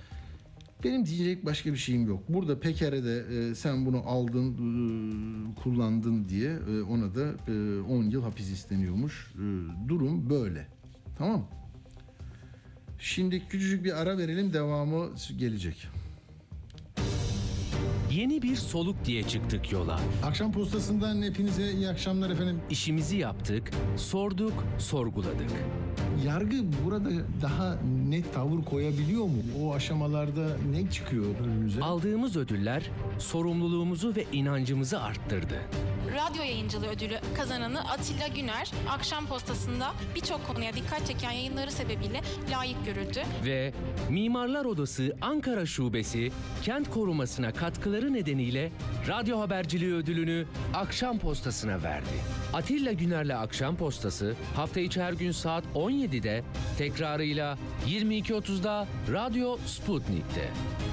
diyecek başka bir şeyim yok. Burada Peker'e de sen bunu aldın, kullandın diye ona da 10 yıl hapis isteniyormuş. Durum böyle. Tamam. Şimdi küçücük bir ara verelim, devamı gelecek. Yeni bir soluk diye çıktık yola. Akşam postasından hepinize iyi akşamlar efendim. İşimizi yaptık, sorduk, sorguladık. Yargı burada daha net tavır koyabiliyor mu? O aşamalarda ne çıkıyor önümüze? Aldığımız ödüller sorumluluğumuzu ve inancımızı arttırdı. Radyo yayıncılığı ödülü kazananı Atilla Güner, akşam postasında birçok konuya dikkat çeken yayınları sebebiyle layık görüldü. Ve Mimarlar Odası Ankara Şubesi kent korumasına katkıları nedeniyle radyo haberciliği ödülünü akşam postasına verdi. Atilla Güner'le Akşam Postası hafta içi her gün saat 17'de, tekrarıyla 22.30'da Radyo Sputnik'te.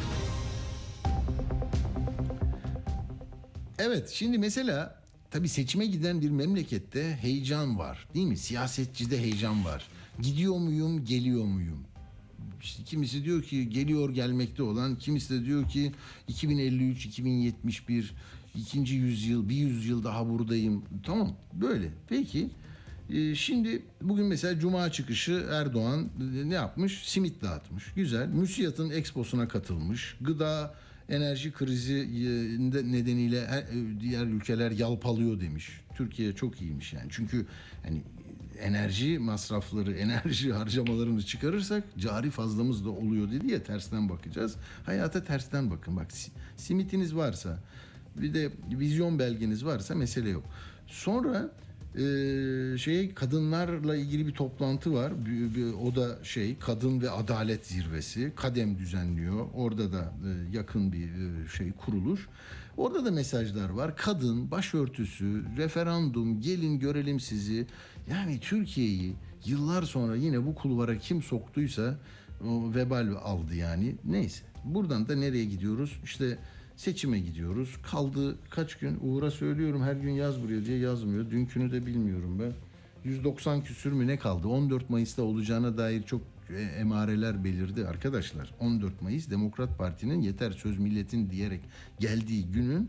Evet, şimdi mesela tabii seçime giden bir memlekette heyecan var, değil mi? Siyasetçide heyecan var. Gidiyor muyum, geliyor muyum? İşte kimisi diyor ki geliyor gelmekte olan, kimisi de diyor ki 2053, 2071, ikinci yüzyıl, bir yüzyıl daha buradayım. Tamam, böyle. Peki, şimdi bugün mesela Cuma çıkışı Erdoğan ne yapmış? Simit dağıtmış. Güzel. MÜSİAD'ın Expo'suna katılmış. Gıda enerji krizi nedeniyle diğer ülkeler yalpalıyor demiş. Türkiye çok iyiymiş yani. Çünkü hani enerji masrafları, enerji harcamalarını çıkarırsak cari fazlamız da oluyor dedi ya, tersten bakacağız. Hayata tersten bakın. Bak, simitiniz varsa, bir de vizyon belgeniz varsa mesele yok. Sonra kadınlarla ilgili bir toplantı var. O da kadın ve adalet zirvesi. KADEM düzenliyor. Orada da yakın bir kuruluş. Orada da mesajlar var. Kadın, başörtüsü, referandum, gelin görelim sizi. Yani Türkiye'yi yıllar sonra yine bu kulvara kim soktuysa o vebal aldı yani. Neyse. Buradan da nereye gidiyoruz? İşte seçime gidiyoruz. Kaldı kaç gün? Uğur'a söylüyorum her gün yaz buraya diye, yazmıyor. Dünkünü de bilmiyorum ben. 190 küsür mü ne kaldı? 14 Mayıs'ta olacağına dair çok emareler belirdi arkadaşlar. 14 Mayıs Demokrat Parti'nin yeter söz milletin diyerek geldiği günün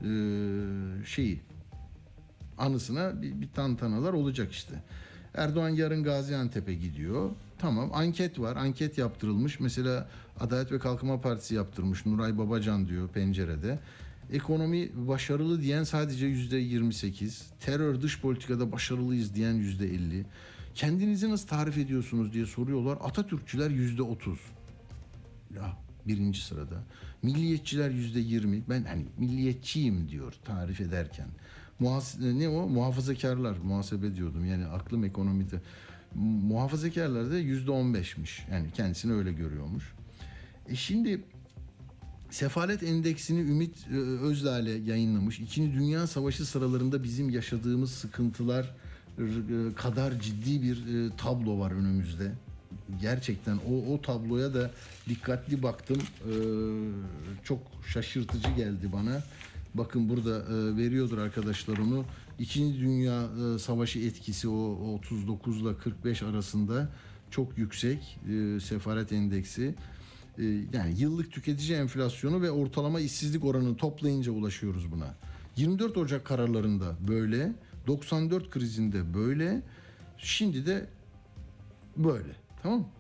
anısına bir tantanalar olacak işte. Erdoğan yarın Gaziantep'e gidiyor. Tamam, anket var. Anket yaptırılmış. Mesela Adalet ve Kalkınma Partisi yaptırmış. Nuray Babacan diyor Pencere'de. Ekonomi başarılı diyen sadece %28. Terör, dış politikada başarılıyız diyen %50. Kendinizi nasıl tarif ediyorsunuz diye soruyorlar. Atatürkçüler %30. Ya birinci sırada. Milliyetçiler %20. Ben hani milliyetçiyim diyor tarif ederken. Muhafazakarlar, muhasebe diyordum. Yani aklım ekonomide. Muhafazakarlar da %15'miş. Yani kendisini öyle görüyormuş. Şimdi Sefalet Endeksini Ümit Özdağ'le yayınlamış. İkinci Dünya Savaşı sıralarında bizim yaşadığımız sıkıntılar kadar ciddi bir tablo var önümüzde. Gerçekten o tabloya da dikkatli baktım. Çok şaşırtıcı geldi bana. Bakın burada veriyordur arkadaşlar onu. İkinci Dünya Savaşı etkisi o 39 ile 45 arasında çok yüksek Sefalet Endeksi. Yani yıllık tüketici enflasyonu ve ortalama işsizlik oranını toplayınca ulaşıyoruz buna. 24 Ocak kararlarında böyle, 94 krizinde böyle, şimdi de böyle. Tamam mı?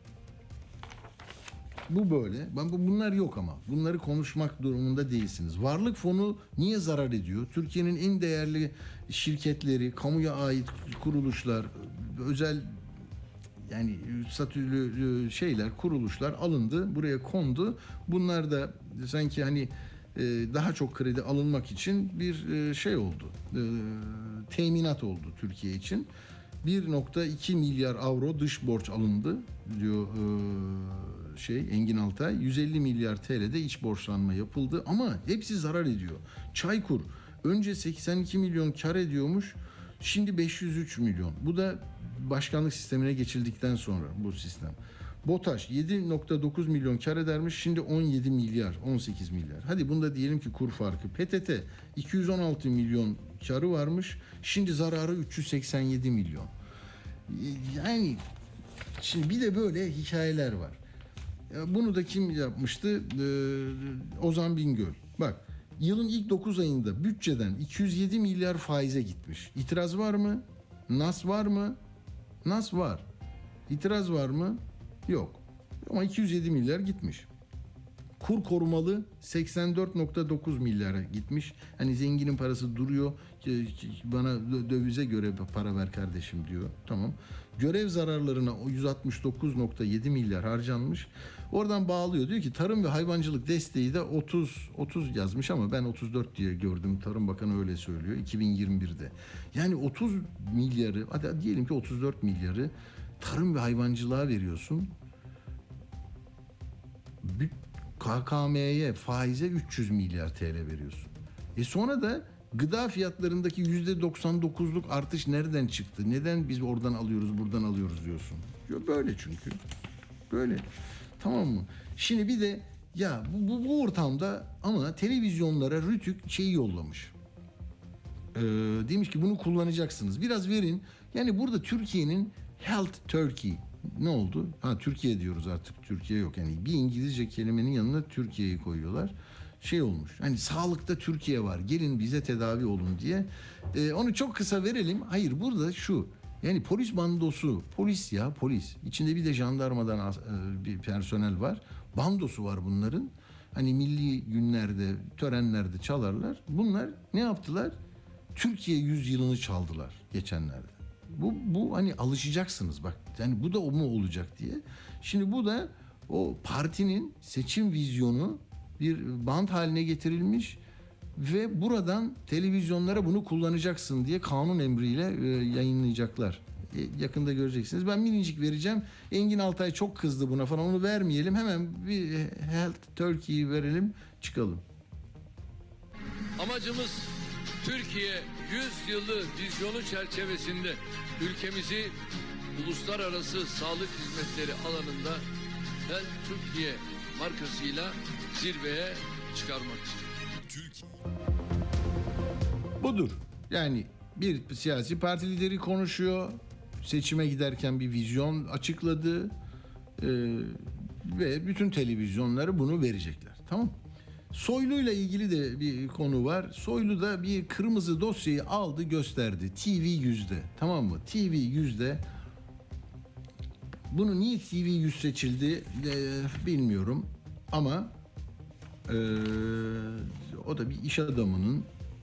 Bu böyle. Bunlar yok ama. Bunları konuşmak durumunda değilsiniz. Varlık fonu niye zarar ediyor? Türkiye'nin en değerli şirketleri, kamuya ait kuruluşlar, özel yani statülü kuruluşlar alındı, buraya kondu. Bunlar da sanki hani daha çok kredi alınmak için bir oldu. Teminat oldu Türkiye için. 1.2 milyar avro dış borç alındı diyor Engin Altay. 150 milyar TL'de iç borçlanma yapıldı ama hepsi zarar ediyor. Çaykur önce 82 milyon kar ediyormuş. Şimdi 503 milyon. Bu da başkanlık sistemine geçildikten sonra bu sistem. BOTAŞ 7.9 milyon kar edermiş. Şimdi 17 milyar, 18 milyar. Hadi bunu da diyelim ki kur farkı. PTT 216 milyon karı varmış. Şimdi zararı 387 milyon. Yani şimdi bir de böyle hikayeler var. Bunu da kim yapmıştı? Ozan Bingöl. Bak, yılın ilk 9 ayında bütçeden 207 milyar faize gitmiş. İtiraz var mı? Nas var mı? Nas var. İtiraz var mı? Yok. Ama 207 milyar gitmiş. Kur korumalı 84.9 milyara gitmiş. Hani zenginin parası duruyor. Bana dövize göre para ver kardeşim diyor. Tamam. Görev zararlarına o 169.7 milyar harcanmış. Oradan bağlıyor. Diyor ki tarım ve hayvancılık desteği de 30 yazmış ama ben 34 diye gördüm. Tarım Bakanı öyle söylüyor 2021'de. Yani 30 milyarı, hadi diyelim ki 34 milyarı tarım ve hayvancılığa veriyorsun. KKM'ye, faize 300 milyar TL veriyorsun. Sonra da gıda fiyatlarındaki %99'luk artış nereden çıktı? Neden biz oradan alıyoruz, buradan alıyoruz diyorsun. Böyle çünkü. Böyle. Tamam mı? Şimdi bir de ya bu ortamda ama televizyonlara Rütük yollamış. Demiş ki bunu kullanacaksınız. Biraz verin. Yani burada Türkiye'nin Health Turkey ne oldu? Türkiye diyoruz artık. Türkiye yok. Yani bir İngilizce kelimenin yanına Türkiye'yi koyuyorlar. Olmuş. Hani sağlıkta Türkiye var. Gelin bize tedavi olun diye. Onu çok kısa verelim. Hayır, burada şu. Yani polis bandosu. Polis. İçinde bir de jandarmadan bir personel var. Bandosu var bunların. Hani milli günlerde, törenlerde çalarlar. Bunlar ne yaptılar? Türkiye 100 yılını çaldılar geçenlerde. Bu hani alışacaksınız bak. Yani bu da o mu olacak diye. Şimdi bu da o partinin seçim vizyonu bir bant haline getirilmiş ve buradan televizyonlara bunu kullanacaksın diye kanun emriyle yayınlayacaklar. Yakında göreceksiniz. Ben minicik vereceğim. Engin Altay çok kızdı buna falan. Onu vermeyelim. Hemen bir Health Turkey'yi verelim. Çıkalım. Amacımız Türkiye 100 yılı vizyonu çerçevesinde ülkemizi uluslararası sağlık hizmetleri alanında Health Türkiye markasıyla zirveye çıkarmak istiyor. Budur. Yani bir siyasi parti lideri konuşuyor. Seçime giderken bir vizyon açıkladı. Ve bütün televizyonları bunu verecekler. Tamam. Soylu'yla ilgili de bir konu var. Soylu da bir kırmızı dosyayı aldı, gösterdi. TV100'de. Tamam mı? TV100'de. Bunu niye TV100 seçildi bilmiyorum. Ama o da bir iş adamının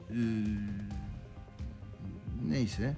neyse.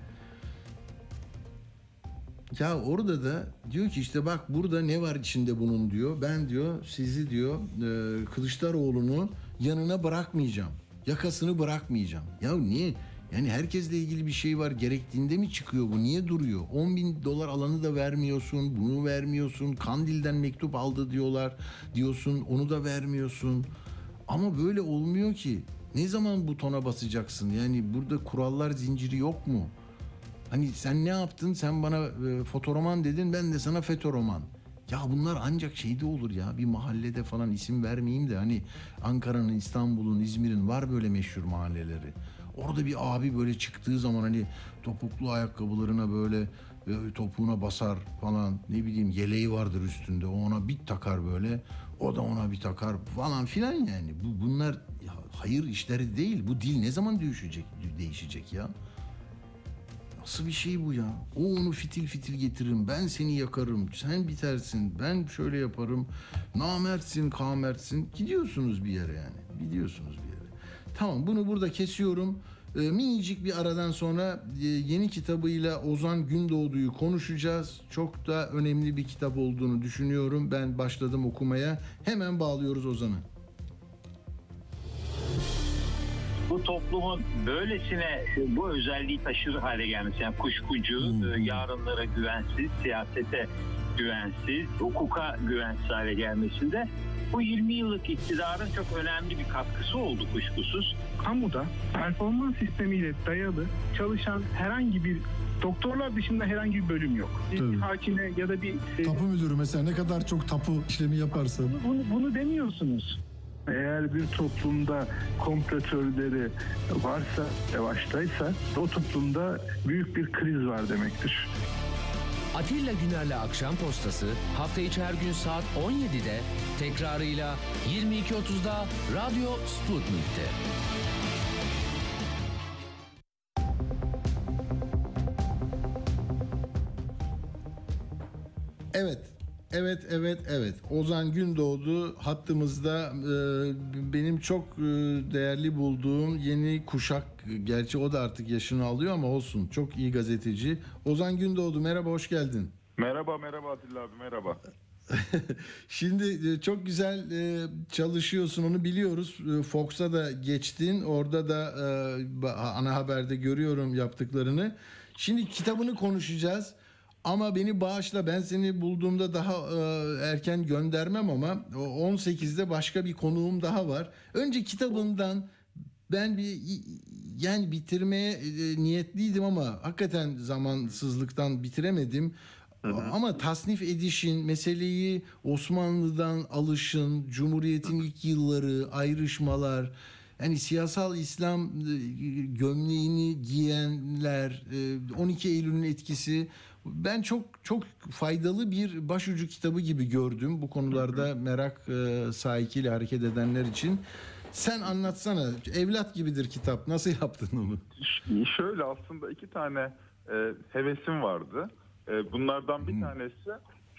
Ya orada da diyor ki işte bak burada ne var içinde bunun diyor. Ben diyor sizi diyor Kılıçdaroğlu'nu yanına bırakmayacağım. Yakasını bırakmayacağım. Ya niye? Yani herkesle ilgili bir şey var. Gerektiğinde mi çıkıyor bu? Niye duruyor? 10.000 dolar alanı da vermiyorsun. Bunu vermiyorsun. Kandil'den mektup aldı diyorsun. Onu da vermiyorsun. Ama böyle olmuyor ki. Ne zaman butona basacaksın? Yani burada kurallar zinciri yok mu? Hani sen ne yaptın? Sen bana fotoroman dedin, ben de sana fetoroman. Ya bunlar ancak şeyde olur ya. Bir mahallede falan, isim vermeyeyim de hani Ankara'nın, İstanbul'un, İzmir'in var böyle meşhur mahalleleri. Orada bir abi böyle çıktığı zaman hani topuklu ayakkabılarına böyle topuğuna basar falan, ne bileyim yeleği vardır üstünde. O ona bir takar böyle. O da ona bir takar falan filan yani. Bunlar hayır işleri değil. Bu dil ne zaman değişecek ya? Nasıl bir şey bu ya? O onu fitil fitil getiririm. Ben seni yakarım. Sen bitersin. Ben şöyle yaparım. Namertsin, kamertsin. Gidiyorsunuz bir yere yani. Gidiyorsunuz bir yere. Tamam, bunu burada kesiyorum. Minicik bir aradan sonra yeni kitabıyla Ozan Gündoğdu'yu konuşacağız. Çok da önemli bir kitap olduğunu düşünüyorum. Ben başladım okumaya. Hemen bağlıyoruz Ozan'ı. Bu toplumun böylesine bu özelliği taşır hale gelmesi, yani kuşkucu, yarınlara güvensiz, siyasete güvensiz, hukuka güvensiz hale gelmesinde bu 20 yıllık iktidarın çok önemli bir katkısı oldu kuşkusuz. Kamuda performans sistemiyle dayalı çalışan herhangi bir doktorlar dışında herhangi bir bölüm yok. Bir hakime ya da bir Tapu müdürü mesela ne kadar çok tapu işlemi yaparsa. bunu demiyorsunuz. Eğer bir toplumda komplo teorileri varsa, yavaştaysa o toplumda büyük bir kriz var demektir. Atilla Güner'le Akşam Postası hafta içi her gün saat 17'de, tekrarıyla 22.30'da Radyo Sputnik'te. Evet. Ozan Gündoğdu hattımızda. Benim çok değerli bulduğum yeni kuşak. Gerçi o da artık yaşını alıyor ama olsun. Çok iyi gazeteci. Ozan Gündoğdu, merhaba, hoş geldin. Merhaba Atilla abi, merhaba. Şimdi çok güzel çalışıyorsun, onu biliyoruz. Fox'a da geçtin. Orada da ana haberde görüyorum yaptıklarını. Şimdi kitabını konuşacağız. Ama beni bağışla, ben seni bulduğumda daha erken göndermem ama 18'de başka bir konuğum daha var. Önce kitabından ben yani bitirmeye niyetliydim ama hakikaten zamansızlıktan bitiremedim. Ama tasnif edişin, meseleyi Osmanlı'dan alışın, Cumhuriyet'in ilk yılları, ayrışmalar, yani siyasal İslam gömleğini giyenler, 12 Eylül'ün etkisi, ben çok faydalı bir başucu kitabı gibi gördüm bu konularda merak sahikiyle hareket edenler için. Sen anlatsana, evlat gibidir kitap, nasıl yaptın onu? Şöyle, aslında iki tane hevesim vardı. Bunlardan bir tanesi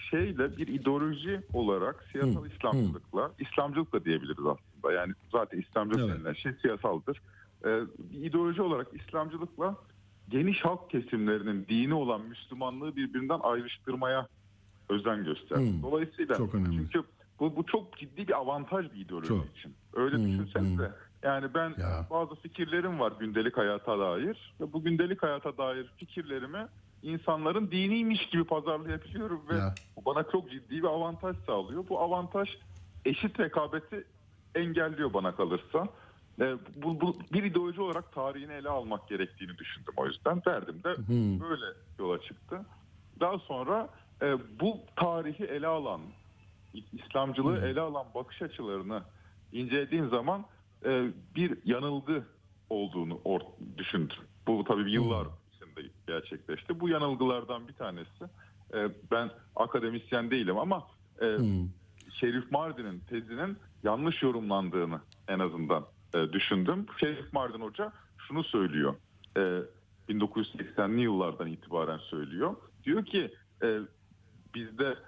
şeyle bir ideoloji olarak siyasal İslamcılıkla, İslamcılık da diyebiliriz aslında. Yani zaten İslamcılık denilen şey siyasaldır. Bir ideoloji olarak İslamcılıkla geniş halk kesimlerinin dini olan Müslümanlığı birbirinden ayrıştırmaya özen gösterdi. Dolayısıyla çok önemli. çünkü bu çok ciddi bir avantaj bir ideoloji için. Öyle düşünsenize. Yani ben bazı fikirlerim var gündelik hayata dair. Ve bu gündelik hayata dair fikirlerimi insanların diniymiş gibi pazarlayabiliyorum ve bu bana çok ciddi bir avantaj sağlıyor. Bu avantaj eşit rekabeti engelliyor bana kalırsa. Bu bir ideoloji olarak tarihini ele almak gerektiğini düşündüm o yüzden. Derdim de böyle yola çıktı. Daha sonra bu tarihi ele alan, İslamcılığı ele alan bakış açılarını incelediğin zaman bir yanılgı olduğunu düşündüm. Bu tabii yıllar içinde gerçekleşti. Bu yanılgılardan bir tanesi, ben akademisyen değilim ama Şerif Mardin'in tezinin yanlış yorumlandığını en azından düşündüm. Şerif Mardin Hoca şunu söylüyor, 1980'li yıllardan itibaren söylüyor. Diyor ki bizde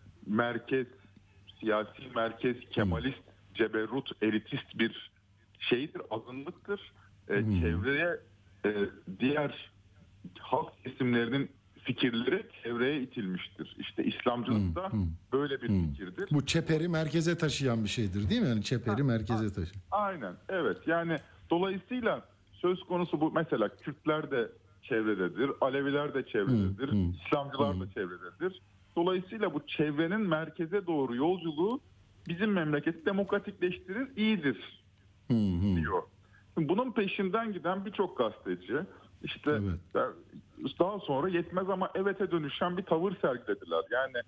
siyasi merkez, Kemalist, ceberrut, elitist bir şeydir, azınlıktır. Çevreye diğer halk kesimlerinin fikirleri çevreye itilmiştir. İşte İslamcılık da böyle bir fikirdir. Bu çeperi merkeze taşıyan bir şeydir değil mi? Yani çeperi merkeze taşıyan. Aynen, evet. Yani dolayısıyla söz konusu bu. Mesela Kürtler de çevrededir, Aleviler de çevrededir, İslamcılar da çevrededir. Dolayısıyla bu çevrenin merkeze doğru yolculuğu bizim memleketi demokratikleştirir, iyidir diyor. Bunun peşinden giden birçok gazeteci işte daha sonra yetmez ama evete dönüşen bir tavır sergilediler. Yani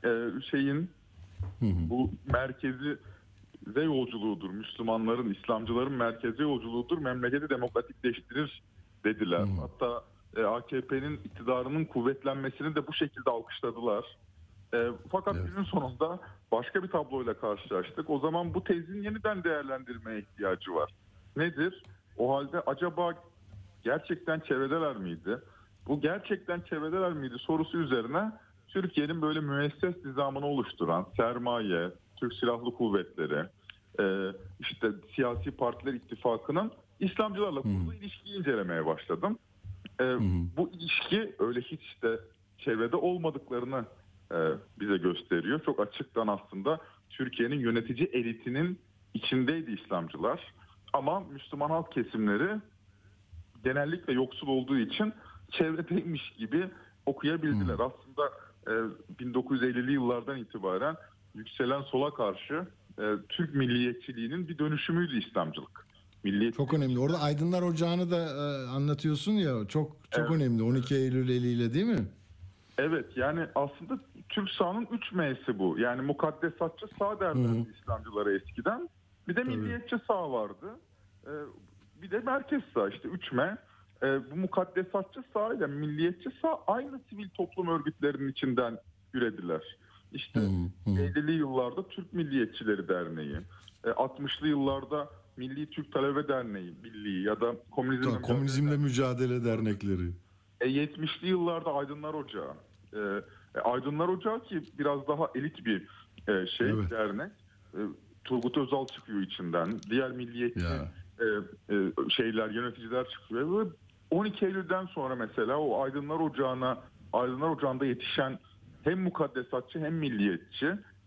bu merkezi yolculuğudur. Müslümanların, İslamcıların merkezi yolculuğudur. Memleketi demokratikleştirir dediler. Hatta AKP'nin iktidarının kuvvetlenmesini de bu şekilde alkışladılar. Fakat günün sonunda başka bir tabloyla karşılaştık. O zaman bu tezin yeniden değerlendirmeye ihtiyacı var. Nedir? O halde acaba gerçekten çevredeler miydi? Bu gerçekten çevredeler miydi sorusu üzerine Türkiye'nin böyle müesses nizamını oluşturan sermaye, Türk Silahlı Kuvvetleri, işte siyasi partiler ittifakının İslamcılarla kurduğu ilişkiyi incelemeye başladım. Bu ilişki öyle hiç de çevrede olmadıklarını bize gösteriyor. Çok açıktan aslında Türkiye'nin yönetici elitinin içindeydi İslamcılar. Ama Müslüman halk kesimleri genellikle yoksul olduğu için çevredeymiş gibi okuyabildiler. Aslında 1950'li yıllardan itibaren yükselen sola karşı Türk milliyetçiliğinin bir dönüşümüydü İslamcılık. Çok önemli. Orada Aydınlar Ocağı'nı da anlatıyorsun ya. Çok önemli. 12 Eylül eliyle değil mi? Evet, yani aslında Türk sağının 3 M'si bu. Yani mukaddesatçı sağ derlerdi İslamcılara eskiden. Bir de milliyetçi sağ vardı. Bir de merkez sağ, işte 3 M. Bu mukaddesatçı sağ ile milliyetçi sağ aynı sivil toplum örgütlerinin içinden ürediler. İşte 50'li yıllarda Türk Milliyetçileri Derneği, 60'lı yıllarda Milli Türk Talebe Derneği Birliği ya da Komünizmle Mücadele Dernekleri. 70'li yıllarda Aydınlar Ocağı. Aydınlar Ocağı ki biraz daha elit bir dernek. Turgut Özal çıkıyor içinden. Diğer milliyetçi yöneticiler çıkıyor. Ve 12 Eylül'den sonra mesela o Aydınlar Ocağı'nda yetişen hem mukaddesatçı hem milliyetçi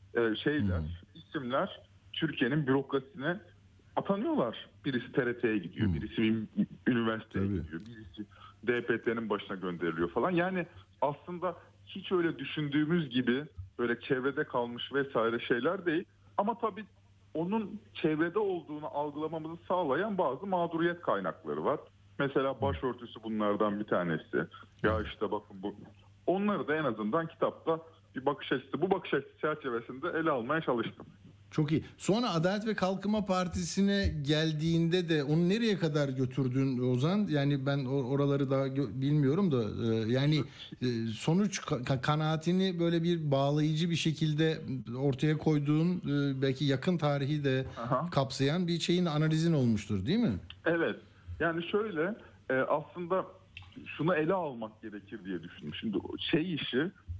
isimler Türkiye'nin bürokrasisine atanıyorlar. Birisi TRT'ye gidiyor, birisi bir üniversiteye gidiyor, birisi DPT'nin başına gönderiliyor falan. Yani aslında hiç öyle düşündüğümüz gibi böyle çevrede kalmış vesaire şeyler değil. Ama tabii onun çevrede olduğunu algılamamızı sağlayan bazı mağduriyet kaynakları var. Mesela başörtüsü bunlardan bir tanesi. Ya işte bakın bu. Onları da en azından kitapta bu bakış açısı çerçevesinde ele almaya çalıştım. Çok iyi. Sonra Adalet ve Kalkınma Partisi'ne geldiğinde de onu nereye kadar götürdün Ozan? Yani ben oraları daha bilmiyorum da yani sonuç kanaatini böyle bir bağlayıcı bir şekilde ortaya koyduğun belki yakın tarihi de kapsayan bir şeyin analizin olmuştur değil mi? Evet. Yani şöyle aslında şunu ele almak gerekir diye düşündüm. Şimdi işi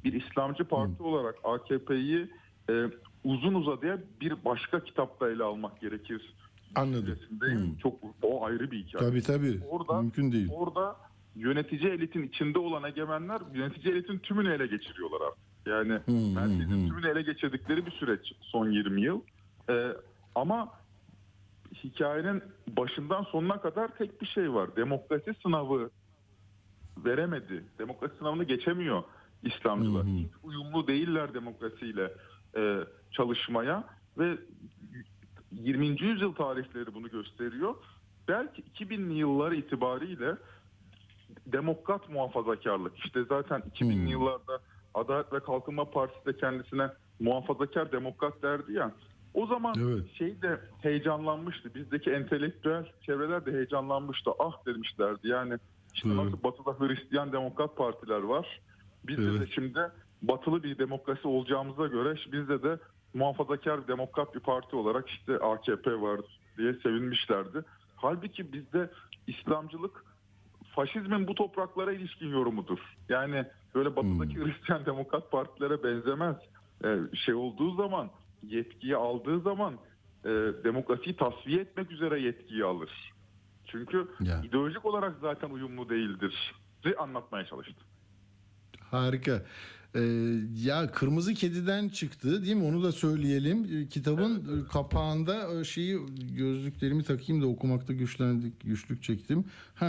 bir İslamcı parti olarak AKP'yi uzun uzadıya bir başka kitapta ele almak gerekir. Anladım. Çok o ayrı bir hikaye. Tabii. Mümkün değil. Orada yönetici elitin içinde olan egemenler yönetici elitin tümünü ele geçiriyorlar artık. Yani merkezin tümünü ele geçirdikleri bir süreç son 20 yıl. Ama hikayenin başından sonuna kadar tek bir şey var. Demokrasi sınavı veremedi. Demokrasi sınavını geçemiyor İslamcılar. Hiç uyumlu değiller demokrasiyle çalışmaya ve 20. yüzyıl tarihleri bunu gösteriyor. Belki 2000'li yıllar itibariyle demokrat muhafazakarlık, işte zaten 2000'li yıllarda Adalet ve Kalkınma Partisi de kendisine muhafazakar demokrat derdi ya. O zaman şey de heyecanlanmıştı. Bizdeki entelektüel çevreler de heyecanlanmıştı. Ah demişlerdi. Yani işte nasıl Batı'da Hristiyan demokrat partiler var. Bizde de şimdi batılı bir demokrasi olacağımıza göre bizde de muhafazakar bir demokrat bir parti olarak işte AKP var diye sevinmişlerdi. Halbuki bizde İslamcılık faşizmin bu topraklara ilişkin yorumudur. Yani böyle batıdaki Hristiyan demokrat partilere benzemez. Şey olduğu zaman, yetkiyi aldığı zaman demokrasiyi tasfiye etmek üzere yetkiyi alır. Çünkü ideolojik olarak zaten uyumlu değildir. Anlatmaya çalıştım. Harika. Ya Kırmızı Kedi'den çıktı değil mi? Onu da söyleyelim. Kitabın kapağında şeyi, gözlüklerimi takayım da okumakta güçlük çektim.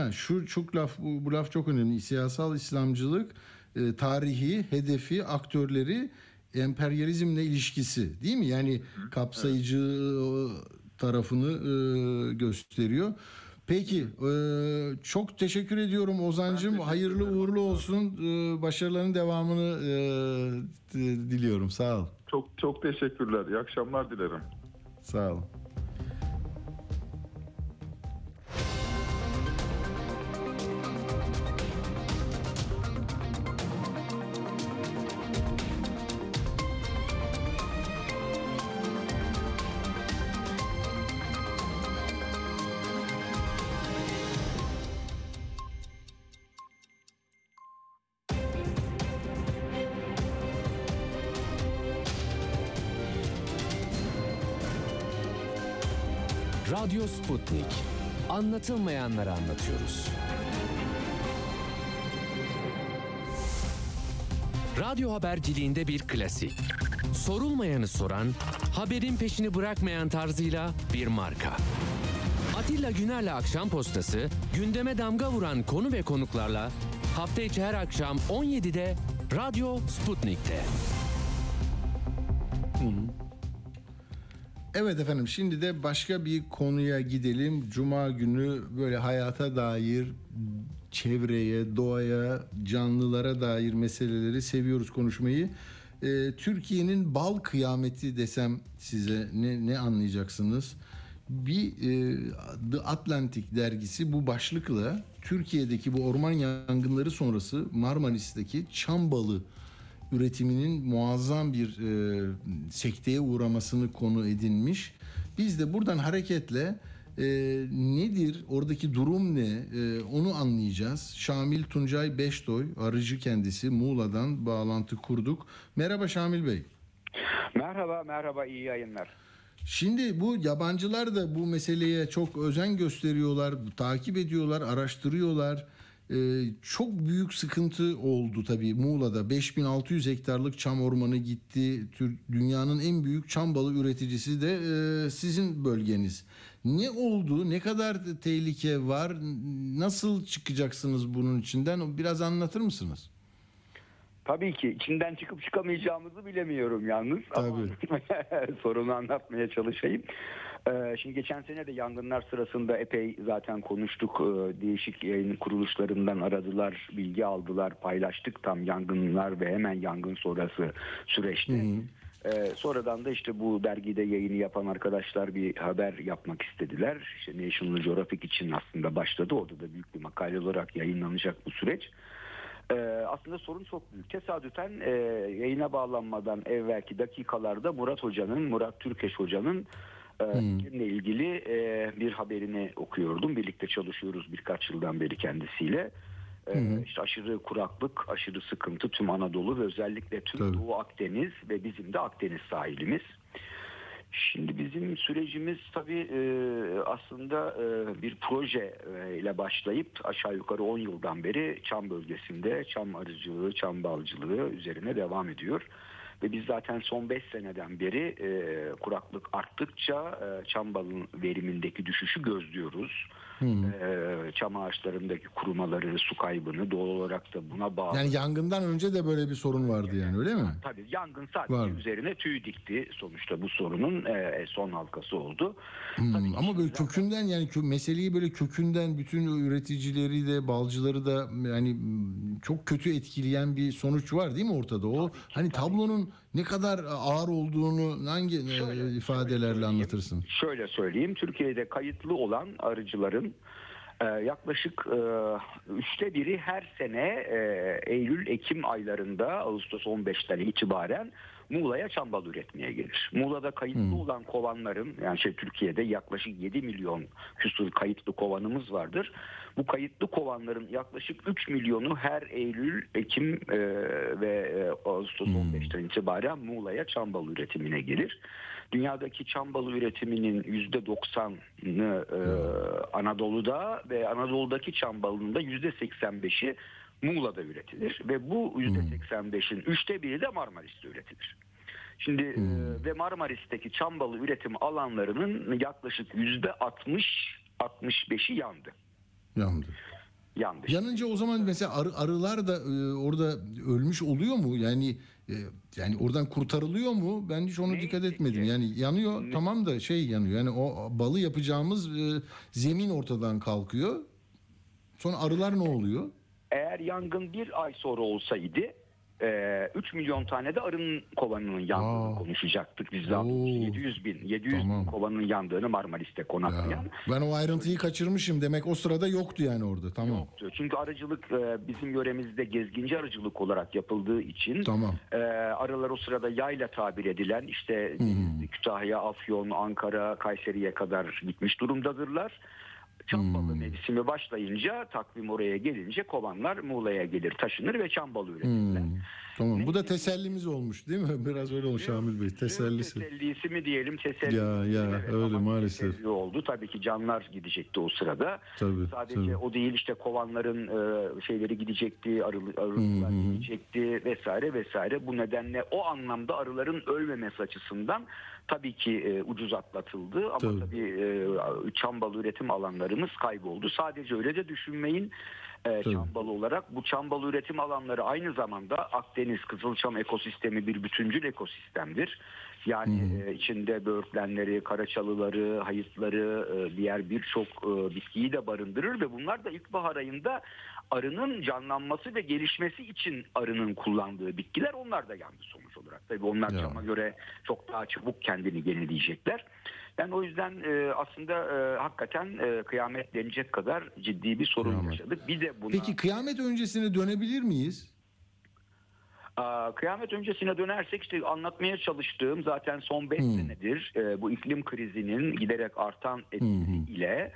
Bu laf çok önemli. Siyasal İslamcılık tarihi, hedefi, aktörleri, emperyalizmle ilişkisi değil mi? Yani kapsayıcı tarafını gösteriyor. Peki, çok teşekkür ediyorum Ozan'cığım. Hayırlı uğurlu olsun. Başarıların devamını diliyorum. Sağ ol. Çok teşekkürler. İyi akşamlar dilerim. Sağ ol. Radyo Sputnik. Anlatılmayanları anlatıyoruz. Radyo haberciliğinde bir klasik. Sorulmayanı soran, haberin peşini bırakmayan tarzıyla bir marka. Atilla Güner'le Akşam Postası, gündeme damga vuran konu ve konuklarla hafta içi her akşam 17'de Radyo Sputnik'te. Evet efendim, şimdi de başka bir konuya gidelim. Cuma günü böyle hayata dair, çevreye, doğaya, canlılara dair meseleleri seviyoruz konuşmayı. Türkiye'nin bal kıyameti desem size ne anlayacaksınız? Bir The Atlantic dergisi bu başlıkla Türkiye'deki bu orman yangınları sonrası Marmaris'teki çam balı üretiminin muazzam bir sekteye uğramasını konu edinmiş. Biz de buradan hareketle nedir, oradaki durum ne, onu anlayacağız. Şamil Tuncay Beştoy, arıcı kendisi, Muğla'dan bağlantı kurduk. Merhaba Şamil Bey. Merhaba, iyi yayınlar. Şimdi bu yabancılar da bu meseleye çok özen gösteriyorlar, takip ediyorlar, araştırıyorlar. Çok büyük sıkıntı oldu tabii Muğla'da. 5600 hektarlık çam ormanı gitti. Dünyanın en büyük çam balı üreticisi de sizin bölgeniz. Ne oldu? Ne kadar tehlike var? Nasıl çıkacaksınız bunun içinden? Biraz anlatır mısınız? Tabii ki. İçinden çıkıp çıkamayacağımızı bilemiyorum yalnız. Ama sorunu anlatmaya çalışayım. Şimdi geçen sene de yangınlar sırasında epey zaten konuştuk. Değişik yayın kuruluşlarından aradılar, bilgi aldılar, paylaştık tam yangınlar ve hemen yangın sonrası süreçte. Sonradan da işte bu dergide yayını yapan arkadaşlar bir haber yapmak istediler. İşte National Geographic için aslında başladı. Orada da büyük bir makale olarak yayınlanacak bu süreç. Aslında sorun çok büyük. Tesadüfen yayına bağlanmadan evvelki dakikalarda Murat Türkeş Hoca'nın ile ilgili bir haberini okuyordum. Birlikte çalışıyoruz birkaç yıldan beri kendisiyle. İşte aşırı kuraklık, aşırı sıkıntı tüm Anadolu ve özellikle tüm Doğu Akdeniz ve bizim de Akdeniz sahilimiz. Şimdi bizim sürecimiz tabii aslında bir proje ile başlayıp aşağı yukarı 10 yıldan beri Çam bölgesinde çam arıcılığı, çam balcılığı üzerine devam ediyor. Ve biz zaten son 5 seneden beri kuraklık arttıkça çam balın verimindeki düşüşü gözlüyoruz. Çam ağaçlarındaki kurumaları, su kaybını doğal olarak da buna bağlı. Yani yangından önce de böyle bir sorun vardı yani, öyle mi? Tabii yangın sadece üzerine tüy dikti. Sonuçta bu sorunun son halkası oldu. Ama böyle kökünden, yani meseleyi böyle kökünden bütün üreticileri de balcıları da yani çok kötü etkileyen bir sonuç var değil mi ortada? O hani tablonun ne kadar ağır olduğunu hangi ifadelerle anlatırsın? Şöyle söyleyeyim. Türkiye'de kayıtlı olan arıcıların yaklaşık 3'te biri her sene Eylül-Ekim aylarında, Ağustos 15'ten itibaren Muğla'ya çam balı üretmeye gelir. Muğla'da kayıtlı olan kovanların, yani Türkiye'de yaklaşık 7 milyon küsur kayıtlı kovanımız vardır. Bu kayıtlı kovanların yaklaşık 3 milyonu her Eylül, Ekim ve Ağustos 15'ten itibaren Muğla'ya çam balı üretimine gelir. Dünyadaki çam balı üretiminin %90'ını Anadolu'da ve Anadolu'daki çam balının da %85'i Muğla'da üretilir ve bu %85'in 3'te biri de Marmaris'te üretilir. Şimdi ve Marmaris'teki çam balı üretim alanlarının yaklaşık %60-65'i yandı. Yanınca o zaman mesela arılar da orada ölmüş oluyor mu? Yani oradan kurtarılıyor mu? Ben hiç ona dikkat etmedim. Yani yanıyor, tamam da yanıyor. Yani o balı yapacağımız zemin ortadan kalkıyor. Sonra arılar ne oluyor? Eğer yangın bir ay sonra olsaydı 3 milyon tane de arının kovanının yandığını konuşacaktık. Biz daha 700 bin kovanın yandığını Marmaris'te konaklayan. Ben o ayrıntıyı kaçırmışım. Demek o sırada yoktu yani orada. Tamam. Yoktu. Çünkü arıcılık bizim yöremizde gezginci arıcılık olarak yapıldığı için arılar o sırada yayla tabir edilen işte Kütahya, Afyon, Ankara, Kayseri'ye kadar gitmiş durumdadırlar. Çam balı mevsimi başlayınca, takvim oraya gelince kovanlar Muğla'ya gelir, taşınır ve çam balı üretirler. Tamam. Bu da tesellimiz olmuş değil mi? Biraz öyle olmuş Şamil Bey. Tesellisi mi diyelim? Tesellisi. Öyle maalesef. Teselli oldu. Tabii ki canlar gidecekti o sırada. Sadece o değil, işte kovanların şeyleri gidecekti, arılar gidecekti vesaire vesaire. Bu nedenle o anlamda arıların ölmemesi açısından tabii ki ucuz atlatıldı. Ama tabii çam balı üretim alanlarımız kayboldu. Sadece öyle de düşünmeyin. Çam balı olarak bu çam balı üretim alanları aynı zamanda Akdeniz Kızılçam ekosistemi bir bütüncül ekosistemdir. Yani içinde böğürtlenleri, karaçalıları, hayıtları, diğer birçok bitkiyi de barındırır ve bunlar da ilkbahar ayında arının canlanması ve gelişmesi için arının kullandığı bitkiler, onlar da yandı sonuç olarak. Tabii onlar çama göre çok daha çabuk kendini yenileyecekler. Yani o yüzden aslında hakikaten kıyamet denecek kadar ciddi bir sorun yaşadık. Bir de Peki kıyamet öncesine dönebilir miyiz? Kıyamet öncesine dönersek işte anlatmaya çalıştığım zaten son 5 senedir bu iklim krizinin giderek artan etkisiyle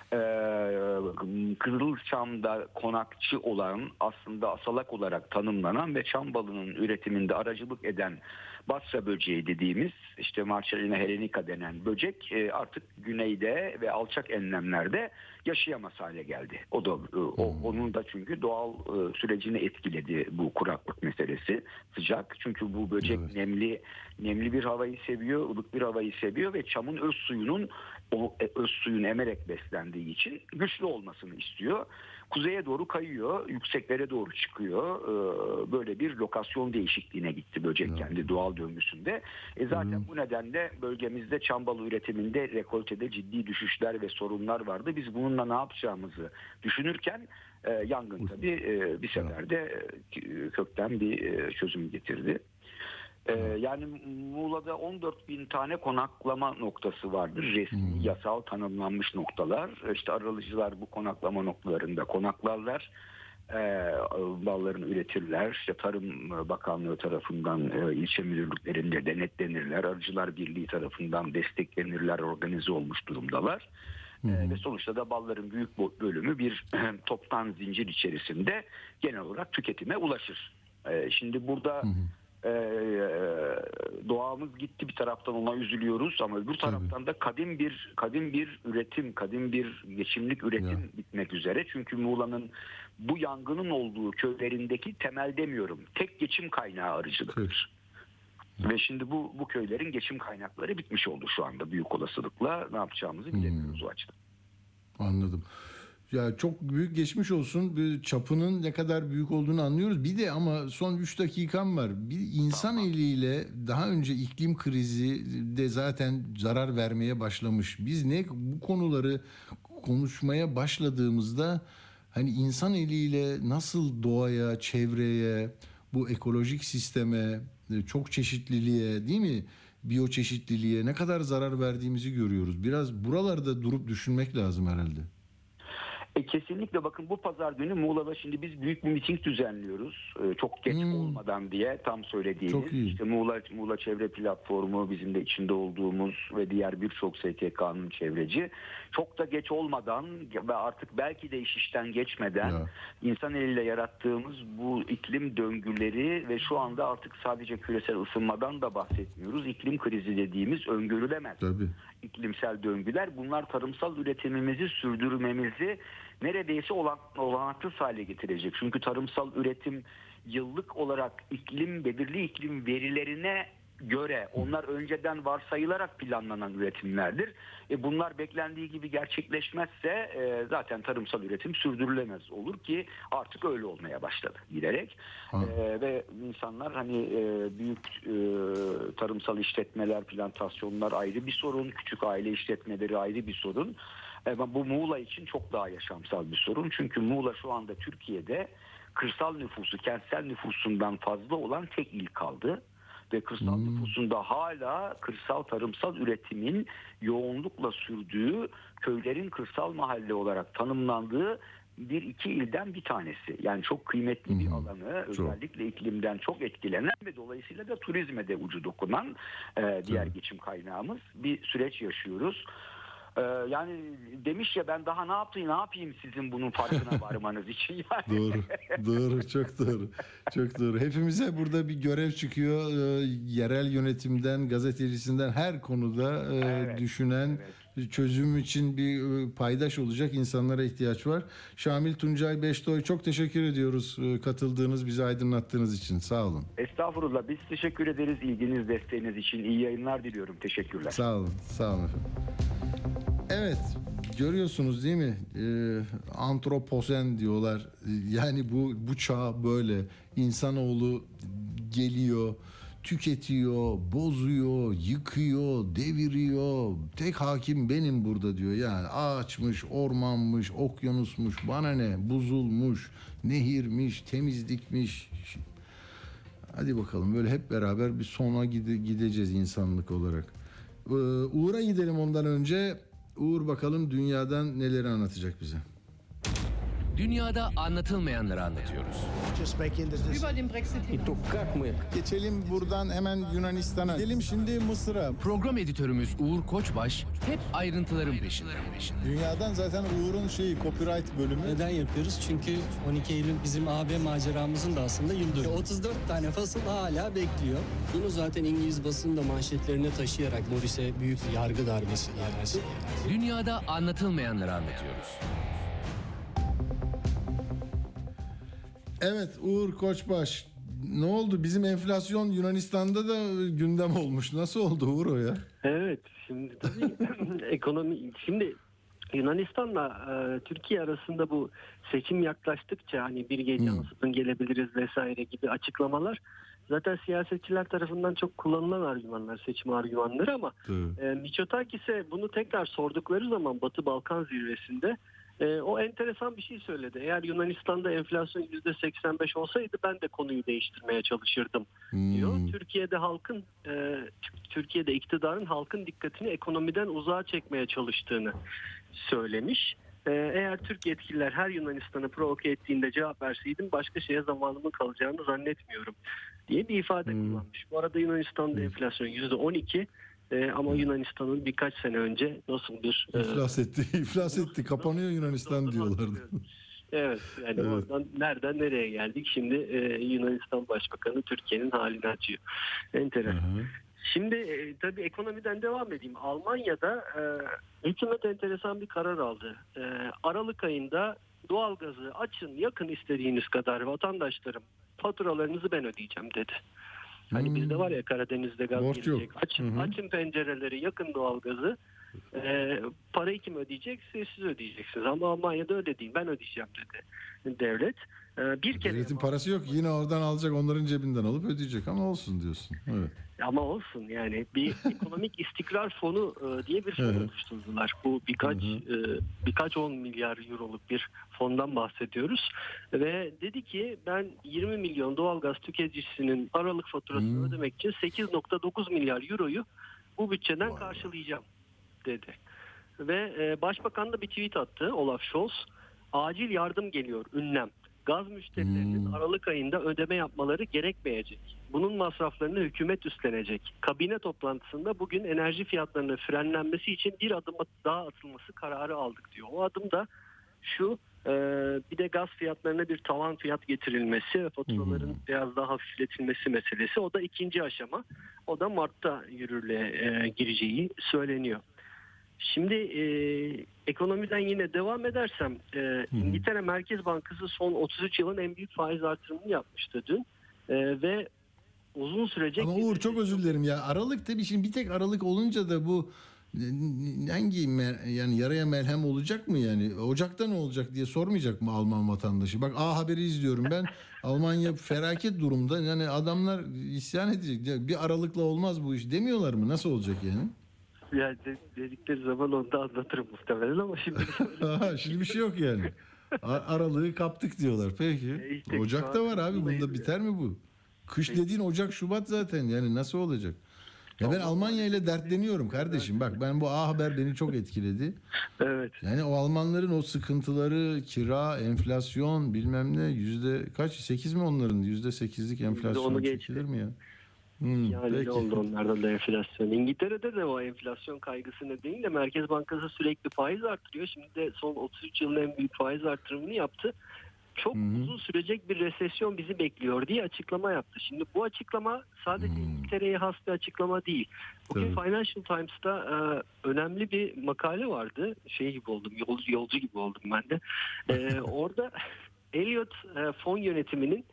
Kızılçam'da konakçı olan, aslında asalak olarak tanımlanan ve çam balının üretiminde aracılık eden Basra böceği dediğimiz, işte Marcellina hellenica denen böcek artık güneyde ve alçak enlemlerde yaşayamaz hale geldi. O da onun da çünkü doğal sürecini etkiledi bu kuraklık meselesi, sıcak. Çünkü bu böcek nemli bir havayı seviyor, ılık bir havayı seviyor ve çamın öz suyunu emerek beslendiği için güçlü olmasını istiyor. Kuzeye doğru kayıyor, yükseklere doğru çıkıyor. Böyle bir lokasyon değişikliğine gitti böcek kendi doğal döngüsünde. Zaten bu nedenle bölgemizde çam balı üretiminde, rekoltede ciddi düşüşler ve sorunlar vardı. Biz bununla ne yapacağımızı düşünürken yangın tabii bir seferde kökten bir çözüm getirdi. Yani Muğla'da 14 bin tane konaklama noktası vardır. Resmi, yasal tanımlanmış noktalar. İşte arıcılar bu konaklama noktalarında konaklarlar. Ballarını üretirler. İşte Tarım Bakanlığı tarafından ilçe müdürlüklerinde denetlenirler. Arıcılar Birliği tarafından desteklenirler, organize olmuş durumdalar. Ve sonuçta da balların büyük bölümü bir toptan zincir içerisinde genel olarak tüketime ulaşır. Şimdi burada doğamız gitti, bir taraftan ona üzülüyoruz ama öbür taraftan da kadim bir üretim, kadim bir geçimlik üretim bitmek üzere. Çünkü Muğla'nın bu yangının olduğu köylerindeki temel demiyorum, tek geçim kaynağı arıcılıktır. Ve şimdi bu köylerin geçim kaynakları bitmiş oldu şu anda büyük olasılıkla. Ne yapacağımızı bilemiyoruz o açıdan. Anladım. Ya çok büyük geçmiş olsun. Çapının ne kadar büyük olduğunu anlıyoruz. Bir de ama son 3 dakikam var. Bir insan eliyle daha önce iklim krizi de zaten zarar vermeye başlamış. Biz bu konuları konuşmaya başladığımızda hani insan eliyle nasıl doğaya, çevreye, bu ekolojik sisteme, çok çeşitliliğe, değil mi? Biyoçeşitliliğe ne kadar zarar verdiğimizi görüyoruz. Biraz buralarda durup düşünmek lazım herhalde. Kesinlikle, bakın bu pazar günü Muğla'da şimdi biz büyük bir miting düzenliyoruz. Çok geç olmadan diye tam söylediğiniz. İşte Muğla Çevre Platformu, bizim de içinde olduğumuz ve diğer birçok STK'nın çevreci. Çok da geç olmadan ve artık belki de iş işten geçmeden insan eliyle yarattığımız bu iklim döngüleri ve şu anda artık sadece küresel ısınmadan da bahsetmiyoruz. İklim krizi dediğimiz öngörülemez. İklimsel döngüler, bunlar tarımsal üretimimizi sürdürmemizi neredeyse olanaksız hale getirecek. Çünkü tarımsal üretim yıllık olarak belirli iklim verilerine göre, onlar önceden varsayılarak planlanan üretimlerdir. Bunlar beklendiği gibi gerçekleşmezse zaten tarımsal üretim sürdürülemez olur ki artık öyle olmaya başladı giderek. Ve insanlar hani büyük tarımsal işletmeler, plantasyonlar ayrı bir sorun, küçük aile işletmeleri ayrı bir sorun. Bu Muğla için çok daha yaşamsal bir sorun. Çünkü Muğla şu anda Türkiye'de kırsal nüfusu, kentsel nüfusundan fazla olan tek il kaldı. Ve kırsal nüfusunda hala kırsal tarımsal üretimin yoğunlukla sürdüğü, köylerin kırsal mahalle olarak tanımlandığı bir iki ilden bir tanesi. Yani çok kıymetli bir alanı, özellikle iklimden çok etkilenen ve dolayısıyla da turizme de ucu dokunan diğer geçim kaynağımız bir süreç yaşıyoruz. Yani demiş ya, ben daha ne yapayım sizin bunun farkına varmanız için yani. Doğru, çok doğru. Çok doğru. Hepimize burada bir görev çıkıyor. Yerel yönetimden, gazetecisinden her konuda düşünen, çözüm için bir paydaş olacak insanlara ihtiyaç var. Şamil Tuncay Beştoy, çok teşekkür ediyoruz katıldığınız, bizi aydınlattığınız için. Sağ olun. Estağfurullah. Biz teşekkür ederiz ilginiz, desteğiniz için. İyi yayınlar diliyorum. Teşekkürler. Sağ olun. Sağ olun efendim. Evet, görüyorsunuz değil mi? Antroposen diyorlar. Yani bu çağ böyle. İnsanoğlu geliyor, tüketiyor, bozuyor, yıkıyor, deviriyor. Tek hakim benim burada diyor. Yani ağaçmış, ormanmış, okyanusmuş, bana ne? Buzulmuş, nehirmiş, temizlikmiş. Hadi bakalım, böyle hep beraber bir sona gideceğiz insanlık olarak. Uğur'a gidelim ondan önce. Uğur, bakalım dünyadan neleri anlatacak bize. Dünyada anlatılmayanları anlatıyoruz. Geçelim buradan hemen Yunanistan'a. Gidelim şimdi Mısır'a. Program editörümüz Uğur Koçbaş hep ayrıntıların peşinde. Dünyadan zaten Uğur'un copyright bölümü. Neden yapıyoruz? Çünkü 12 Eylül bizim AB maceramızın da aslında yıl dönümü. 34 tane fasıl hala bekliyor. Bunu zaten İngiliz basını da manşetlerine taşıyarak Boris'e büyük yargı darbesi gelmesi. Dünyada anlatılmayanları anlatıyoruz. Evet, Uğur Koçbaş, ne oldu? Bizim enflasyon Yunanistan'da da gündem olmuş. Nasıl oldu Uğur o ya? Evet, şimdi tabii ekonomi, şimdi Yunanistan'la Türkiye arasında bu seçim yaklaştıkça hani bir gece ansızın gelebiliriz vesaire gibi açıklamalar zaten siyasetçiler tarafından çok kullanılan argümanlar, seçim argümanları ama Mitsotakis'e bunu tekrar sordukları zaman Batı Balkan zirvesinde o enteresan bir şey söyledi. Eğer Yunanistan'da enflasyon %85 olsaydı ben de konuyu değiştirmeye çalışırdım diyor. Türkiye'de iktidarın halkın dikkatini ekonomiden uzağa çekmeye çalıştığını söylemiş. Eğer Türk yetkililer her Yunanistan'ı provoke ettiğinde cevap verseydim başka şeye zamanımın kalacağını zannetmiyorum diye bir ifade kullanmış. Bu arada Yunanistan'da enflasyon %12, Ama Yunanistan'ın birkaç sene önce nasıl bir... İflas etti. Kapanıyor Yunanistan diyorlardı. Evet, yani oradan nereden nereye geldik? Şimdi Yunanistan Başbakanı Türkiye'nin halini açıyor. Enteresan. Şimdi tabii ekonomiden devam edeyim. Almanya'da hükümet enteresan bir karar aldı. Aralık ayında doğalgazı açın, yakın istediğiniz kadar vatandaşlarım, faturalarınızı ben ödeyeceğim dedi. Hani bizde var ya, Karadeniz'de gaz borç gelecek. yok. Açın pencereleri, yakın doğalgazı. Parayı kim ödeyecek? Siz ödeyeceksiniz. Ama Almanya'da öyle değil. Ben ödeyeceğim dedi devlet. Bir kere Devletin parası yok. Yine oradan alacak, onların cebinden alıp ödeyecek ama olsun diyorsun. Evet. Ama olsun, yani bir ekonomik istikrar fonu diye bir fon oluşturdular. Bu birkaç 10 milyar euroluk bir fondan bahsediyoruz. Ve dedi ki ben 20 milyon doğalgaz tüketicisinin Aralık faturasını ödemek için 8.9 milyar euroyu bu bütçeden karşılayacağım dedi. Ve Başbakan da bir tweet attı, Olaf Scholz. Acil yardım geliyor, ünlem. Gaz müşterilerinin Aralık ayında ödeme yapmaları gerekmeyecek. Bunun masraflarını hükümet üstlenecek. Kabine toplantısında bugün enerji fiyatlarının frenlenmesi için bir adım daha atılması kararı aldık diyor. O adım da şu, bir de gaz fiyatlarına bir tavan fiyat getirilmesi ve faturaların biraz daha hafifletilmesi meselesi. O da ikinci aşama. O da Mart'ta yürürlüğe gireceği söyleniyor. Şimdi ekonomiden yine devam edersem, İngiltere Merkez Bankası son 33 yılın en büyük faiz artırımını yapmıştı dün ve uzun sürecek. Ama Uğur, çok özür dilerim ya, Aralık tabii, şimdi bir tek Aralık olunca da bu hangi yani yaraya melhem olacak mı yani? Ocak'ta ne olacak diye sormayacak mı Alman vatandaşı? Bak, A Haber'i izliyorum ben. Almanya felaket durumda. Yani adamlar isyan edecek. Bir Aralık'la olmaz bu iş demiyorlar mı? Nasıl olacak yani? Yani dedikleri zaman onu da anlatırım muhtemelen ama şimdi şimdi bir şey yok yani. Aralığı kaptık diyorlar. Peki. İşte Ocak'ta var abi. Bunda biter mi bu? Kış dediğin Ocak, Şubat zaten. Yani nasıl olacak? Ya ben Almanya ile dertleniyorum kardeşim. Bak, ben bu A Haber beni çok etkiledi. Evet. Yani o Almanların o sıkıntıları, kira, enflasyon, bilmem ne, yüzde kaç? 8 mi onların? %8'lik enflasyon çekilir mi ya? Yani ne oldu onlardan da enflasyon? İngiltere'de de o enflasyon kaygısı nedeniyle Merkez Bankası sürekli faiz artırıyor. Şimdi de son 33 yılın en büyük faiz artırımını yaptı. Çok uzun sürecek bir resesyon bizi bekliyor diye açıklama yaptı. Şimdi bu açıklama sadece İngiltere'ye has bir açıklama değil. Bugün Financial Times'ta önemli bir makale vardı. Şey gibi oldum, yolcu gibi oldum ben de. Orada Elliott fon yönetiminin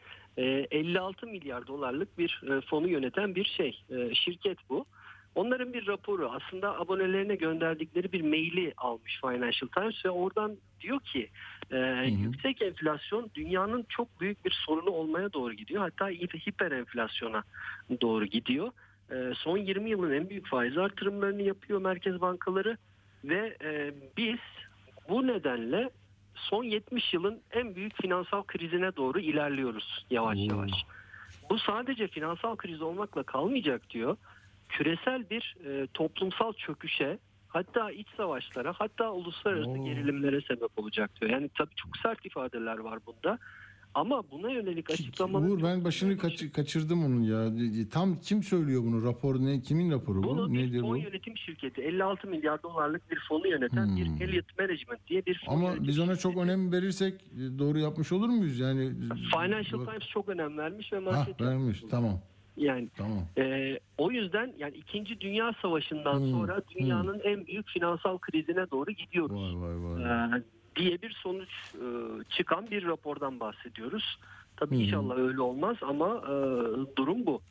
56 milyar dolarlık bir fonu yöneten bir şirket bu. Onların bir raporu, aslında abonelerine gönderdikleri bir maili almış Financial Times ve oradan diyor ki yüksek enflasyon dünyanın çok büyük bir sorunu olmaya doğru gidiyor. Hatta hiper enflasyona doğru gidiyor. Son 20 yılın en büyük faiz artırımlarını yapıyor merkez bankaları ve biz bu nedenle son 70 yılın en büyük finansal krizine doğru ilerliyoruz yavaş yavaş. Bu sadece finansal kriz olmakla kalmayacak diyor. Küresel bir toplumsal çöküşe, hatta iç savaşlara, hatta uluslararası gerilimlere sebep olacak diyor. Yani tabii çok sert ifadeler var bunda. Ama buna yönelik açıklamalar... Uğur, ben başını kaçırdım onun ya. Tam kim söylüyor bunu? Rapor ne? Kimin raporu bu? Bunu bir fon yönetim şirketi, 56 milyar dolarlık bir fonu yöneten bir Elliott Management diye bir fon. Ama biz ona çok önem verirsek doğru yapmış olur muyuz? Yani Financial Times çok önem vermiş ve manşet vermiş. Tamam. Yani tamam. O yüzden yani 2. Dünya Savaşı'ndan sonra dünyanın en büyük finansal krizine doğru gidiyoruz. Vay. Diye bir sonuç çıkan bir rapordan bahsediyoruz. Tabii inşallah öyle olmaz ama durum bu.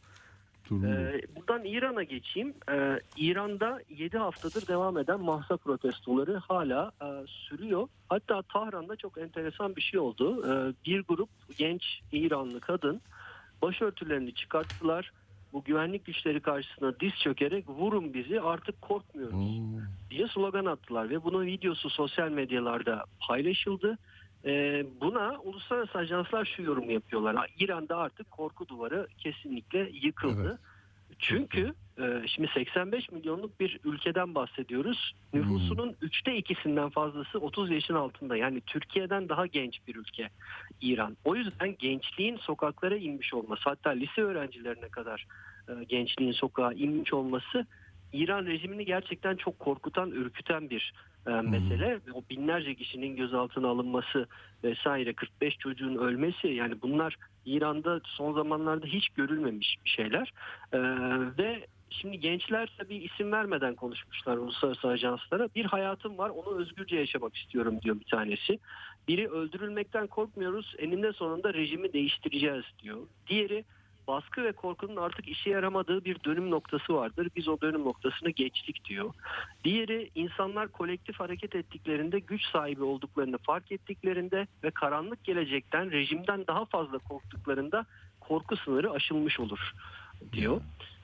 Buradan İran'a geçeyim. İran'da 7 haftadır devam eden mahsa protestoları hala sürüyor. Hatta Tahran'da çok enteresan bir şey oldu. Bir grup genç İranlı kadın başörtülerini çıkarttılar. Bu güvenlik güçleri karşısına diz çökerek "vurun bizi, artık korkmuyoruz" diye slogan attılar ve bunun videosu sosyal medyalarda paylaşıldı. Buna uluslararası ajanslar şu yorum yapıyorlar: İran'da artık korku duvarı kesinlikle yıkıldı. Evet. Çünkü şimdi 85 milyonluk bir ülkeden bahsediyoruz. Nüfusunun 2/3'ünden fazlası 30 yaşın altında. Yani Türkiye'den daha genç bir ülke İran. O yüzden gençliğin sokaklara inmiş olması, hatta lise öğrencilerine kadar gençliğin sokağa inmiş olması İran rejimini gerçekten çok korkutan, ürküten bir mesele. O binlerce kişinin gözaltına alınması vesaire, 45 çocuğun ölmesi, yani bunlar İran'da son zamanlarda hiç görülmemiş bir şeyler. Ve şimdi gençler tabii isim vermeden konuşmuşlar uluslararası ajanslara. Bir hayatım var, onu özgürce yaşamak istiyorum diyor bir tanesi. Biri öldürülmekten korkmuyoruz, eninde sonunda rejimi değiştireceğiz diyor. Diğeri baskı ve korkunun artık işe yaramadığı bir dönüm noktası vardır. Biz o dönüm noktasını geçtik diyor. Diğeri insanlar kolektif hareket ettiklerinde, güç sahibi olduklarını fark ettiklerinde ve karanlık gelecekten, rejimden daha fazla korktuklarında korku sınırı aşılmış olur diyor.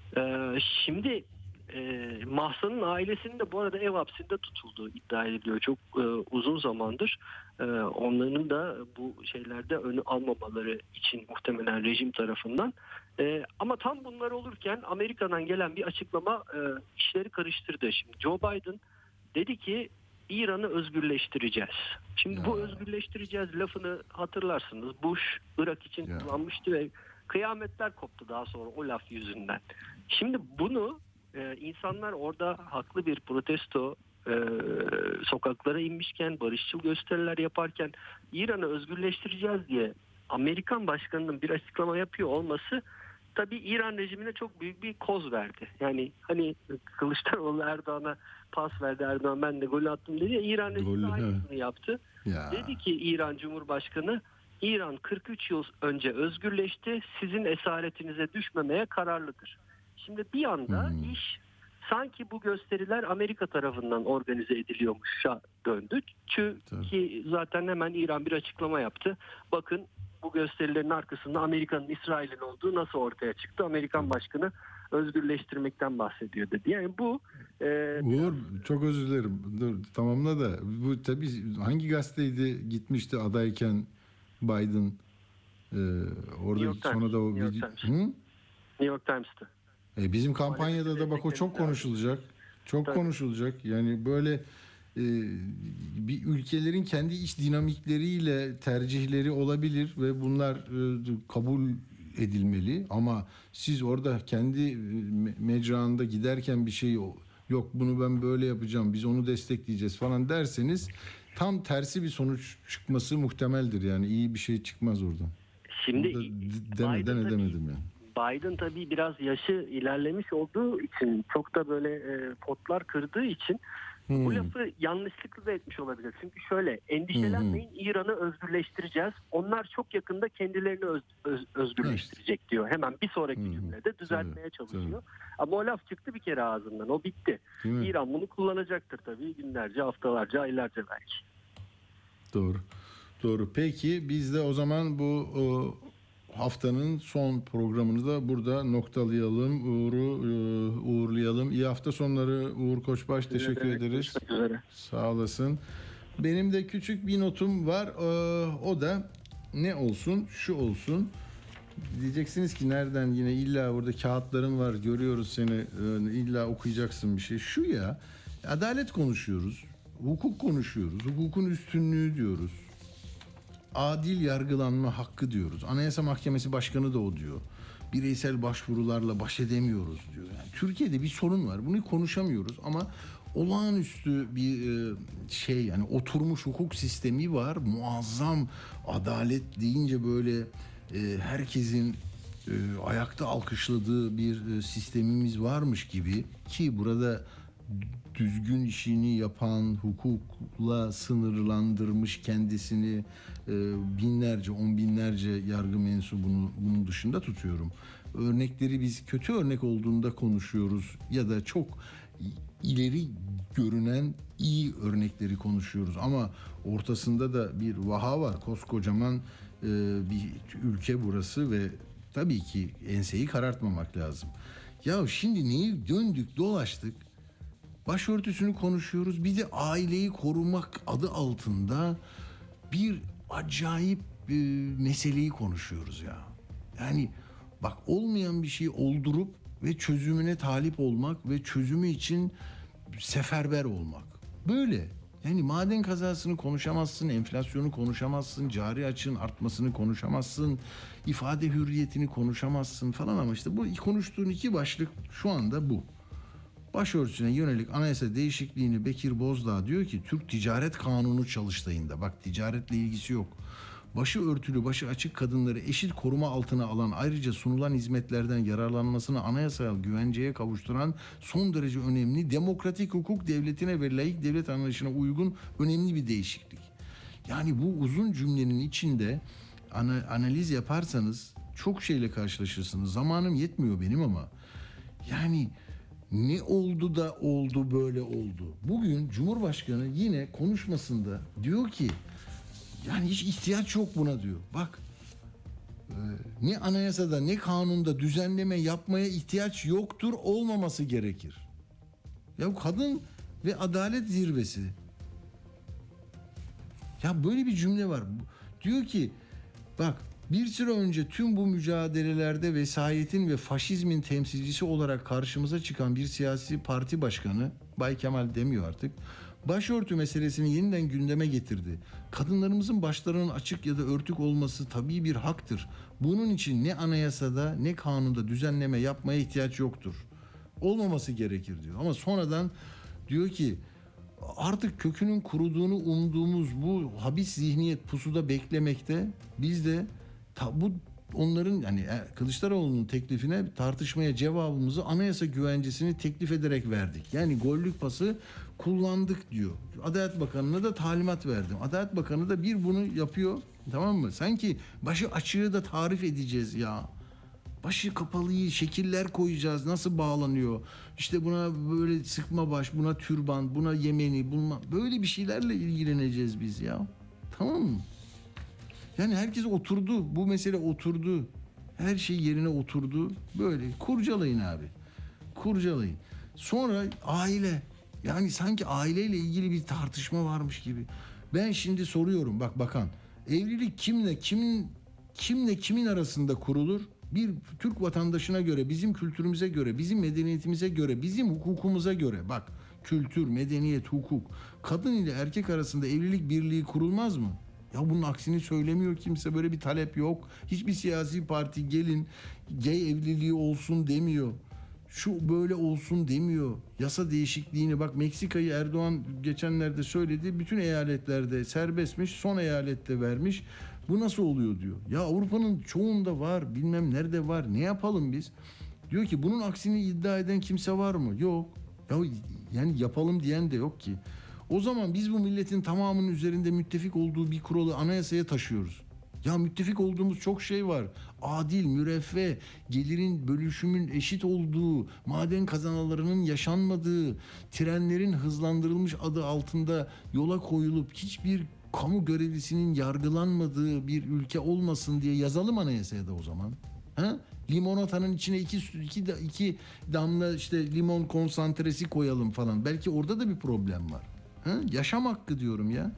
Şimdi Mahsa'nın ailesinin de bu arada ev hapsinde tutulduğu iddia ediliyor çok uzun zamandır. Onların da bu şeylerde önü almamaları için muhtemelen rejim tarafından. Ama tam bunlar olurken Amerika'dan gelen bir açıklama işleri karıştırdı. Şimdi Joe Biden dedi ki İran'ı özgürleştireceğiz. Şimdi bu özgürleştireceğiz lafını hatırlarsınız. Bush Irak için kullanmıştı ve kıyametler koptu daha sonra o laf yüzünden. Şimdi bunu insanlar orada haklı bir protesto sokaklara inmişken, barışçıl gösteriler yaparken İran'ı özgürleştireceğiz diye Amerikan başkanının bir açıklama yapıyor olması tabii İran rejimine çok büyük bir koz verdi. Yani hani Kılıçdaroğlu Erdoğan'a pas verdi, Erdoğan ben de golü attım dedi ya, İran rejimi aynısını yaptı. Dedi ki İran Cumhurbaşkanı, İran 43 yıl önce özgürleşti, sizin esaretinize düşmemeye kararlıdır. Şimdi bir anda iş sanki bu gösteriler Amerika tarafından organize ediliyormuşa döndü. Çünkü zaten hemen İran bir açıklama yaptı. Bakın bu gösterilerin arkasında Amerika'nın, İsrail'in olduğu nasıl ortaya çıktı? Amerikan başkanı özgürleştirmekten bahsediyor dedi. Yani bu... Uğur çok özür dilerim. Dur, tamamla da. Bu tabii hangi gazeteydi gitmişti adayken Biden? Orada sonra da o video... New York Times'tı. Bizim kampanyada da bak o çok konuşulacak. Çok konuşulacak. Yani böyle bir ülkelerin kendi iç dinamikleriyle tercihleri olabilir ve bunlar kabul edilmeli. Ama siz orada kendi mecranda giderken bir şey yok bunu ben böyle yapacağım, biz onu destekleyeceğiz falan derseniz tam tersi bir sonuç çıkması muhtemeldir. Yani iyi bir şey çıkmaz oradan. Şimdi demedim yani. Biden tabii biraz yaşı ilerlemiş olduğu için, çok da böyle potlar kırdığı için bu lafı yanlışlıkla da etmiş olabilir. Çünkü şöyle, endişelenmeyin, İran'ı özgürleştireceğiz. Onlar çok yakında kendilerini özgürleştirecek diyor. Hemen bir sonraki cümlede düzeltmeye çalışıyor. Ama o laf çıktı bir kere ağzından. O bitti. İran bunu kullanacaktır tabii günlerce, haftalarca, aylarca belki. Doğru. Peki biz de o zaman bu haftanın son programını da burada noktalayalım. Uğur'u uğurlayalım. İyi hafta sonları Uğur Koçbaş. Teşekkür ederiz. Sağ olasın. Benim de küçük bir notum var. O da ne olsun? Şu olsun. Diyeceksiniz ki nereden, yine illa burada kağıtların var, görüyoruz seni, illa okuyacaksın bir şey. Şu ya, adalet konuşuyoruz. Hukuk konuşuyoruz. Hukukun üstünlüğü diyoruz. Adil yargılanma hakkı diyoruz. Anayasa Mahkemesi Başkanı da o diyor. Bireysel başvurularla baş edemiyoruz diyor. Yani Türkiye'de bir sorun var. Bunu konuşamıyoruz ama olağanüstü bir yani oturmuş hukuk sistemi var. Muazzam adalet deyince böyle herkesin ayakta alkışladığı bir sistemimiz varmış gibi, ki burada düzgün işini yapan, hukukla sınırlandırmış kendisini binlerce, on binlerce yargı mensubunu bunun dışında tutuyorum. Örnekleri biz kötü örnek olduğunda konuşuyoruz ya da çok ileri görünen iyi örnekleri konuşuyoruz. Ama ortasında da bir vaha var. Koskocaman bir ülke burası ve tabii ki enseyi karartmamak lazım. Ya şimdi neyi döndük dolaştık? Başörtüsünü konuşuyoruz. Bir de aileyi korumak adı altında bir acayip meseleyi konuşuyoruz ya. Yani bak, olmayan bir şeyi oldurup ve çözümüne talip olmak ve çözümü için seferber olmak. Böyle. Yani maden kazasını konuşamazsın, enflasyonu konuşamazsın, cari açığın artmasını konuşamazsın, ifade hürriyetini konuşamazsın falan, ama işte bu konuştuğun iki başlık şu anda bu. Başörtüsüne yönelik anayasa değişikliğini Bekir Bozdağ diyor ki Türk Ticaret Kanunu çalıştayında. Bak, ticaretle ilgisi yok. Başı örtülü, başı açık kadınları eşit koruma altına alan, ayrıca sunulan hizmetlerden yararlanmasını anayasal güvenceye kavuşturan son derece önemli, demokratik hukuk devletine ve laik devlet anlayışına uygun önemli bir değişiklik. Yani bu uzun cümlenin içinde analiz yaparsanız çok şeyle karşılaşırsınız. Zamanım yetmiyor benim ama yani ne oldu da oldu böyle oldu. Bugün Cumhurbaşkanı yine konuşmasında diyor ki yani hiç ihtiyaç yok buna diyor. Bak, ne anayasada ne kanunda düzenleme yapmaya ihtiyaç yoktur, olmaması gerekir. Ya kadın ve adalet zirvesi. Ya böyle bir cümle var. Diyor ki bak, bir süre önce tüm bu mücadelelerde vesayetin ve faşizmin temsilcisi olarak karşımıza çıkan bir siyasi parti başkanı, Bay Kemal demiyor artık, başörtü meselesini yeniden gündeme getirdi. Kadınlarımızın başlarının açık ya da örtük olması tabii bir haktır. Bunun için ne anayasada ne kanunda düzenleme yapmaya ihtiyaç yoktur. Olmaması gerekir diyor. Ama sonradan diyor ki artık kökünün kuruduğunu umduğumuz bu habis zihniyet pusuda beklemekte, biz de bu onların yani Kılıçdaroğlu'nun teklifine, tartışmaya cevabımızı anayasa güvencesini teklif ederek verdik. Yani gollük pası kullandık diyor. Adalet Bakanı'na da talimat verdim. Adalet Bakanı da bunu yapıyor, tamam mı? Sanki başı açığı da tarif edeceğiz ya. Başı kapalıyı şekiller koyacağız, nasıl bağlanıyor? İşte buna böyle sıkma baş, buna türban, buna Yemeni, böyle bir şeylerle ilgileneceğiz biz ya. Tamam mı? Yani herkes oturdu, bu mesele oturdu. Her şey yerine oturdu. Böyle kurcalayın abi. Kurcalayın. Sonra aile. Yani sanki aileyle ilgili bir tartışma varmış gibi. Ben şimdi soruyorum, bak bakan. Evlilik kimle kimin arasında kurulur? Bir Türk vatandaşına göre, bizim kültürümüze göre, bizim medeniyetimize göre, bizim hukukumuza göre. Bak, kültür, medeniyet, hukuk. Kadın ile erkek arasında evlilik birliği kurulmaz mı? Ya bunun aksini söylemiyor kimse, böyle bir talep yok. Hiçbir siyasi parti gelin gay evliliği olsun demiyor. Şu böyle olsun demiyor. Yasa değişikliğini, bak Meksika'yı Erdoğan geçenlerde söyledi. Bütün eyaletlerde serbestmiş, son eyalette vermiş. Bu nasıl oluyor diyor. Ya Avrupa'nın çoğunda var, bilmem nerede var. Ne yapalım biz? Diyor ki bunun aksini iddia eden kimse var mı? Yok. Ya yani yapalım diyen de yok ki. O zaman biz bu milletin tamamının üzerinde müttefik olduğu bir kuralı anayasaya taşıyoruz. Ya müttefik olduğumuz çok şey var. Adil, müreffeh, gelirin bölüşümün eşit olduğu, maden kazanmalarının yaşanmadığı, trenlerin hızlandırılmış adı altında yola koyulup hiçbir kamu görevlisinin yargılanmadığı bir ülke olmasın diye yazalım anayasaya da o zaman. Ha? Limonatanın içine iki damla işte limon konsantresi koyalım falan. Belki orada da bir problem var. Ha? Yaşam hakkı diyorum ya.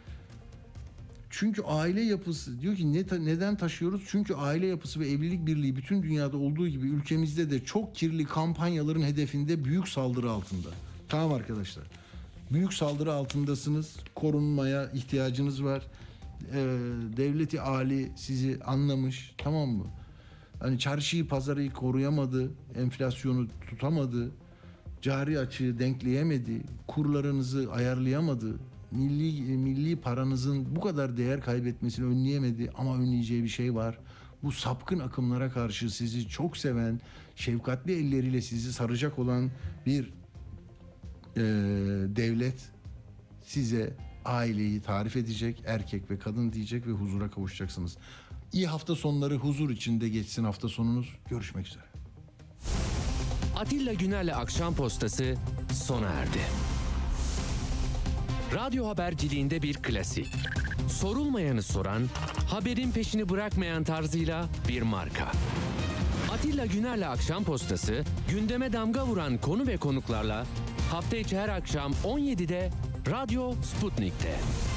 Çünkü aile yapısı, diyor ki neden taşıyoruz? Çünkü aile yapısı ve evlilik birliği bütün dünyada olduğu gibi ülkemizde de çok kirli kampanyaların hedefinde, büyük saldırı altında. Tamam arkadaşlar. Büyük saldırı altındasınız. Korunmaya ihtiyacınız var. Devleti âli sizi anlamış. Tamam mı? Hani çarşıyı pazarı koruyamadı. Enflasyonu tutamadı. Cari açığı denkleyemedi. Kurlarınızı ayarlayamadı. Milli paranızın bu kadar değer kaybetmesini önleyemedi. Ama önleyeceği bir şey var. Bu sapkın akımlara karşı sizi çok seven, şefkatli elleriyle sizi saracak olan bir devlet size aileyi tarif edecek, erkek ve kadın diyecek ve huzura kavuşacaksınız. İyi hafta sonları, huzur içinde geçsin hafta sonunuz. Görüşmek üzere. Atilla Güner'le Akşam Postası sona erdi. Radyo haberciliğinde bir klasik. Sorulmayanı soran, haberin peşini bırakmayan tarzıyla bir marka. Atilla Güner'le Akşam Postası, gündeme damga vuran konu ve konuklarla hafta içi her akşam 17'de Radyo Sputnik'te.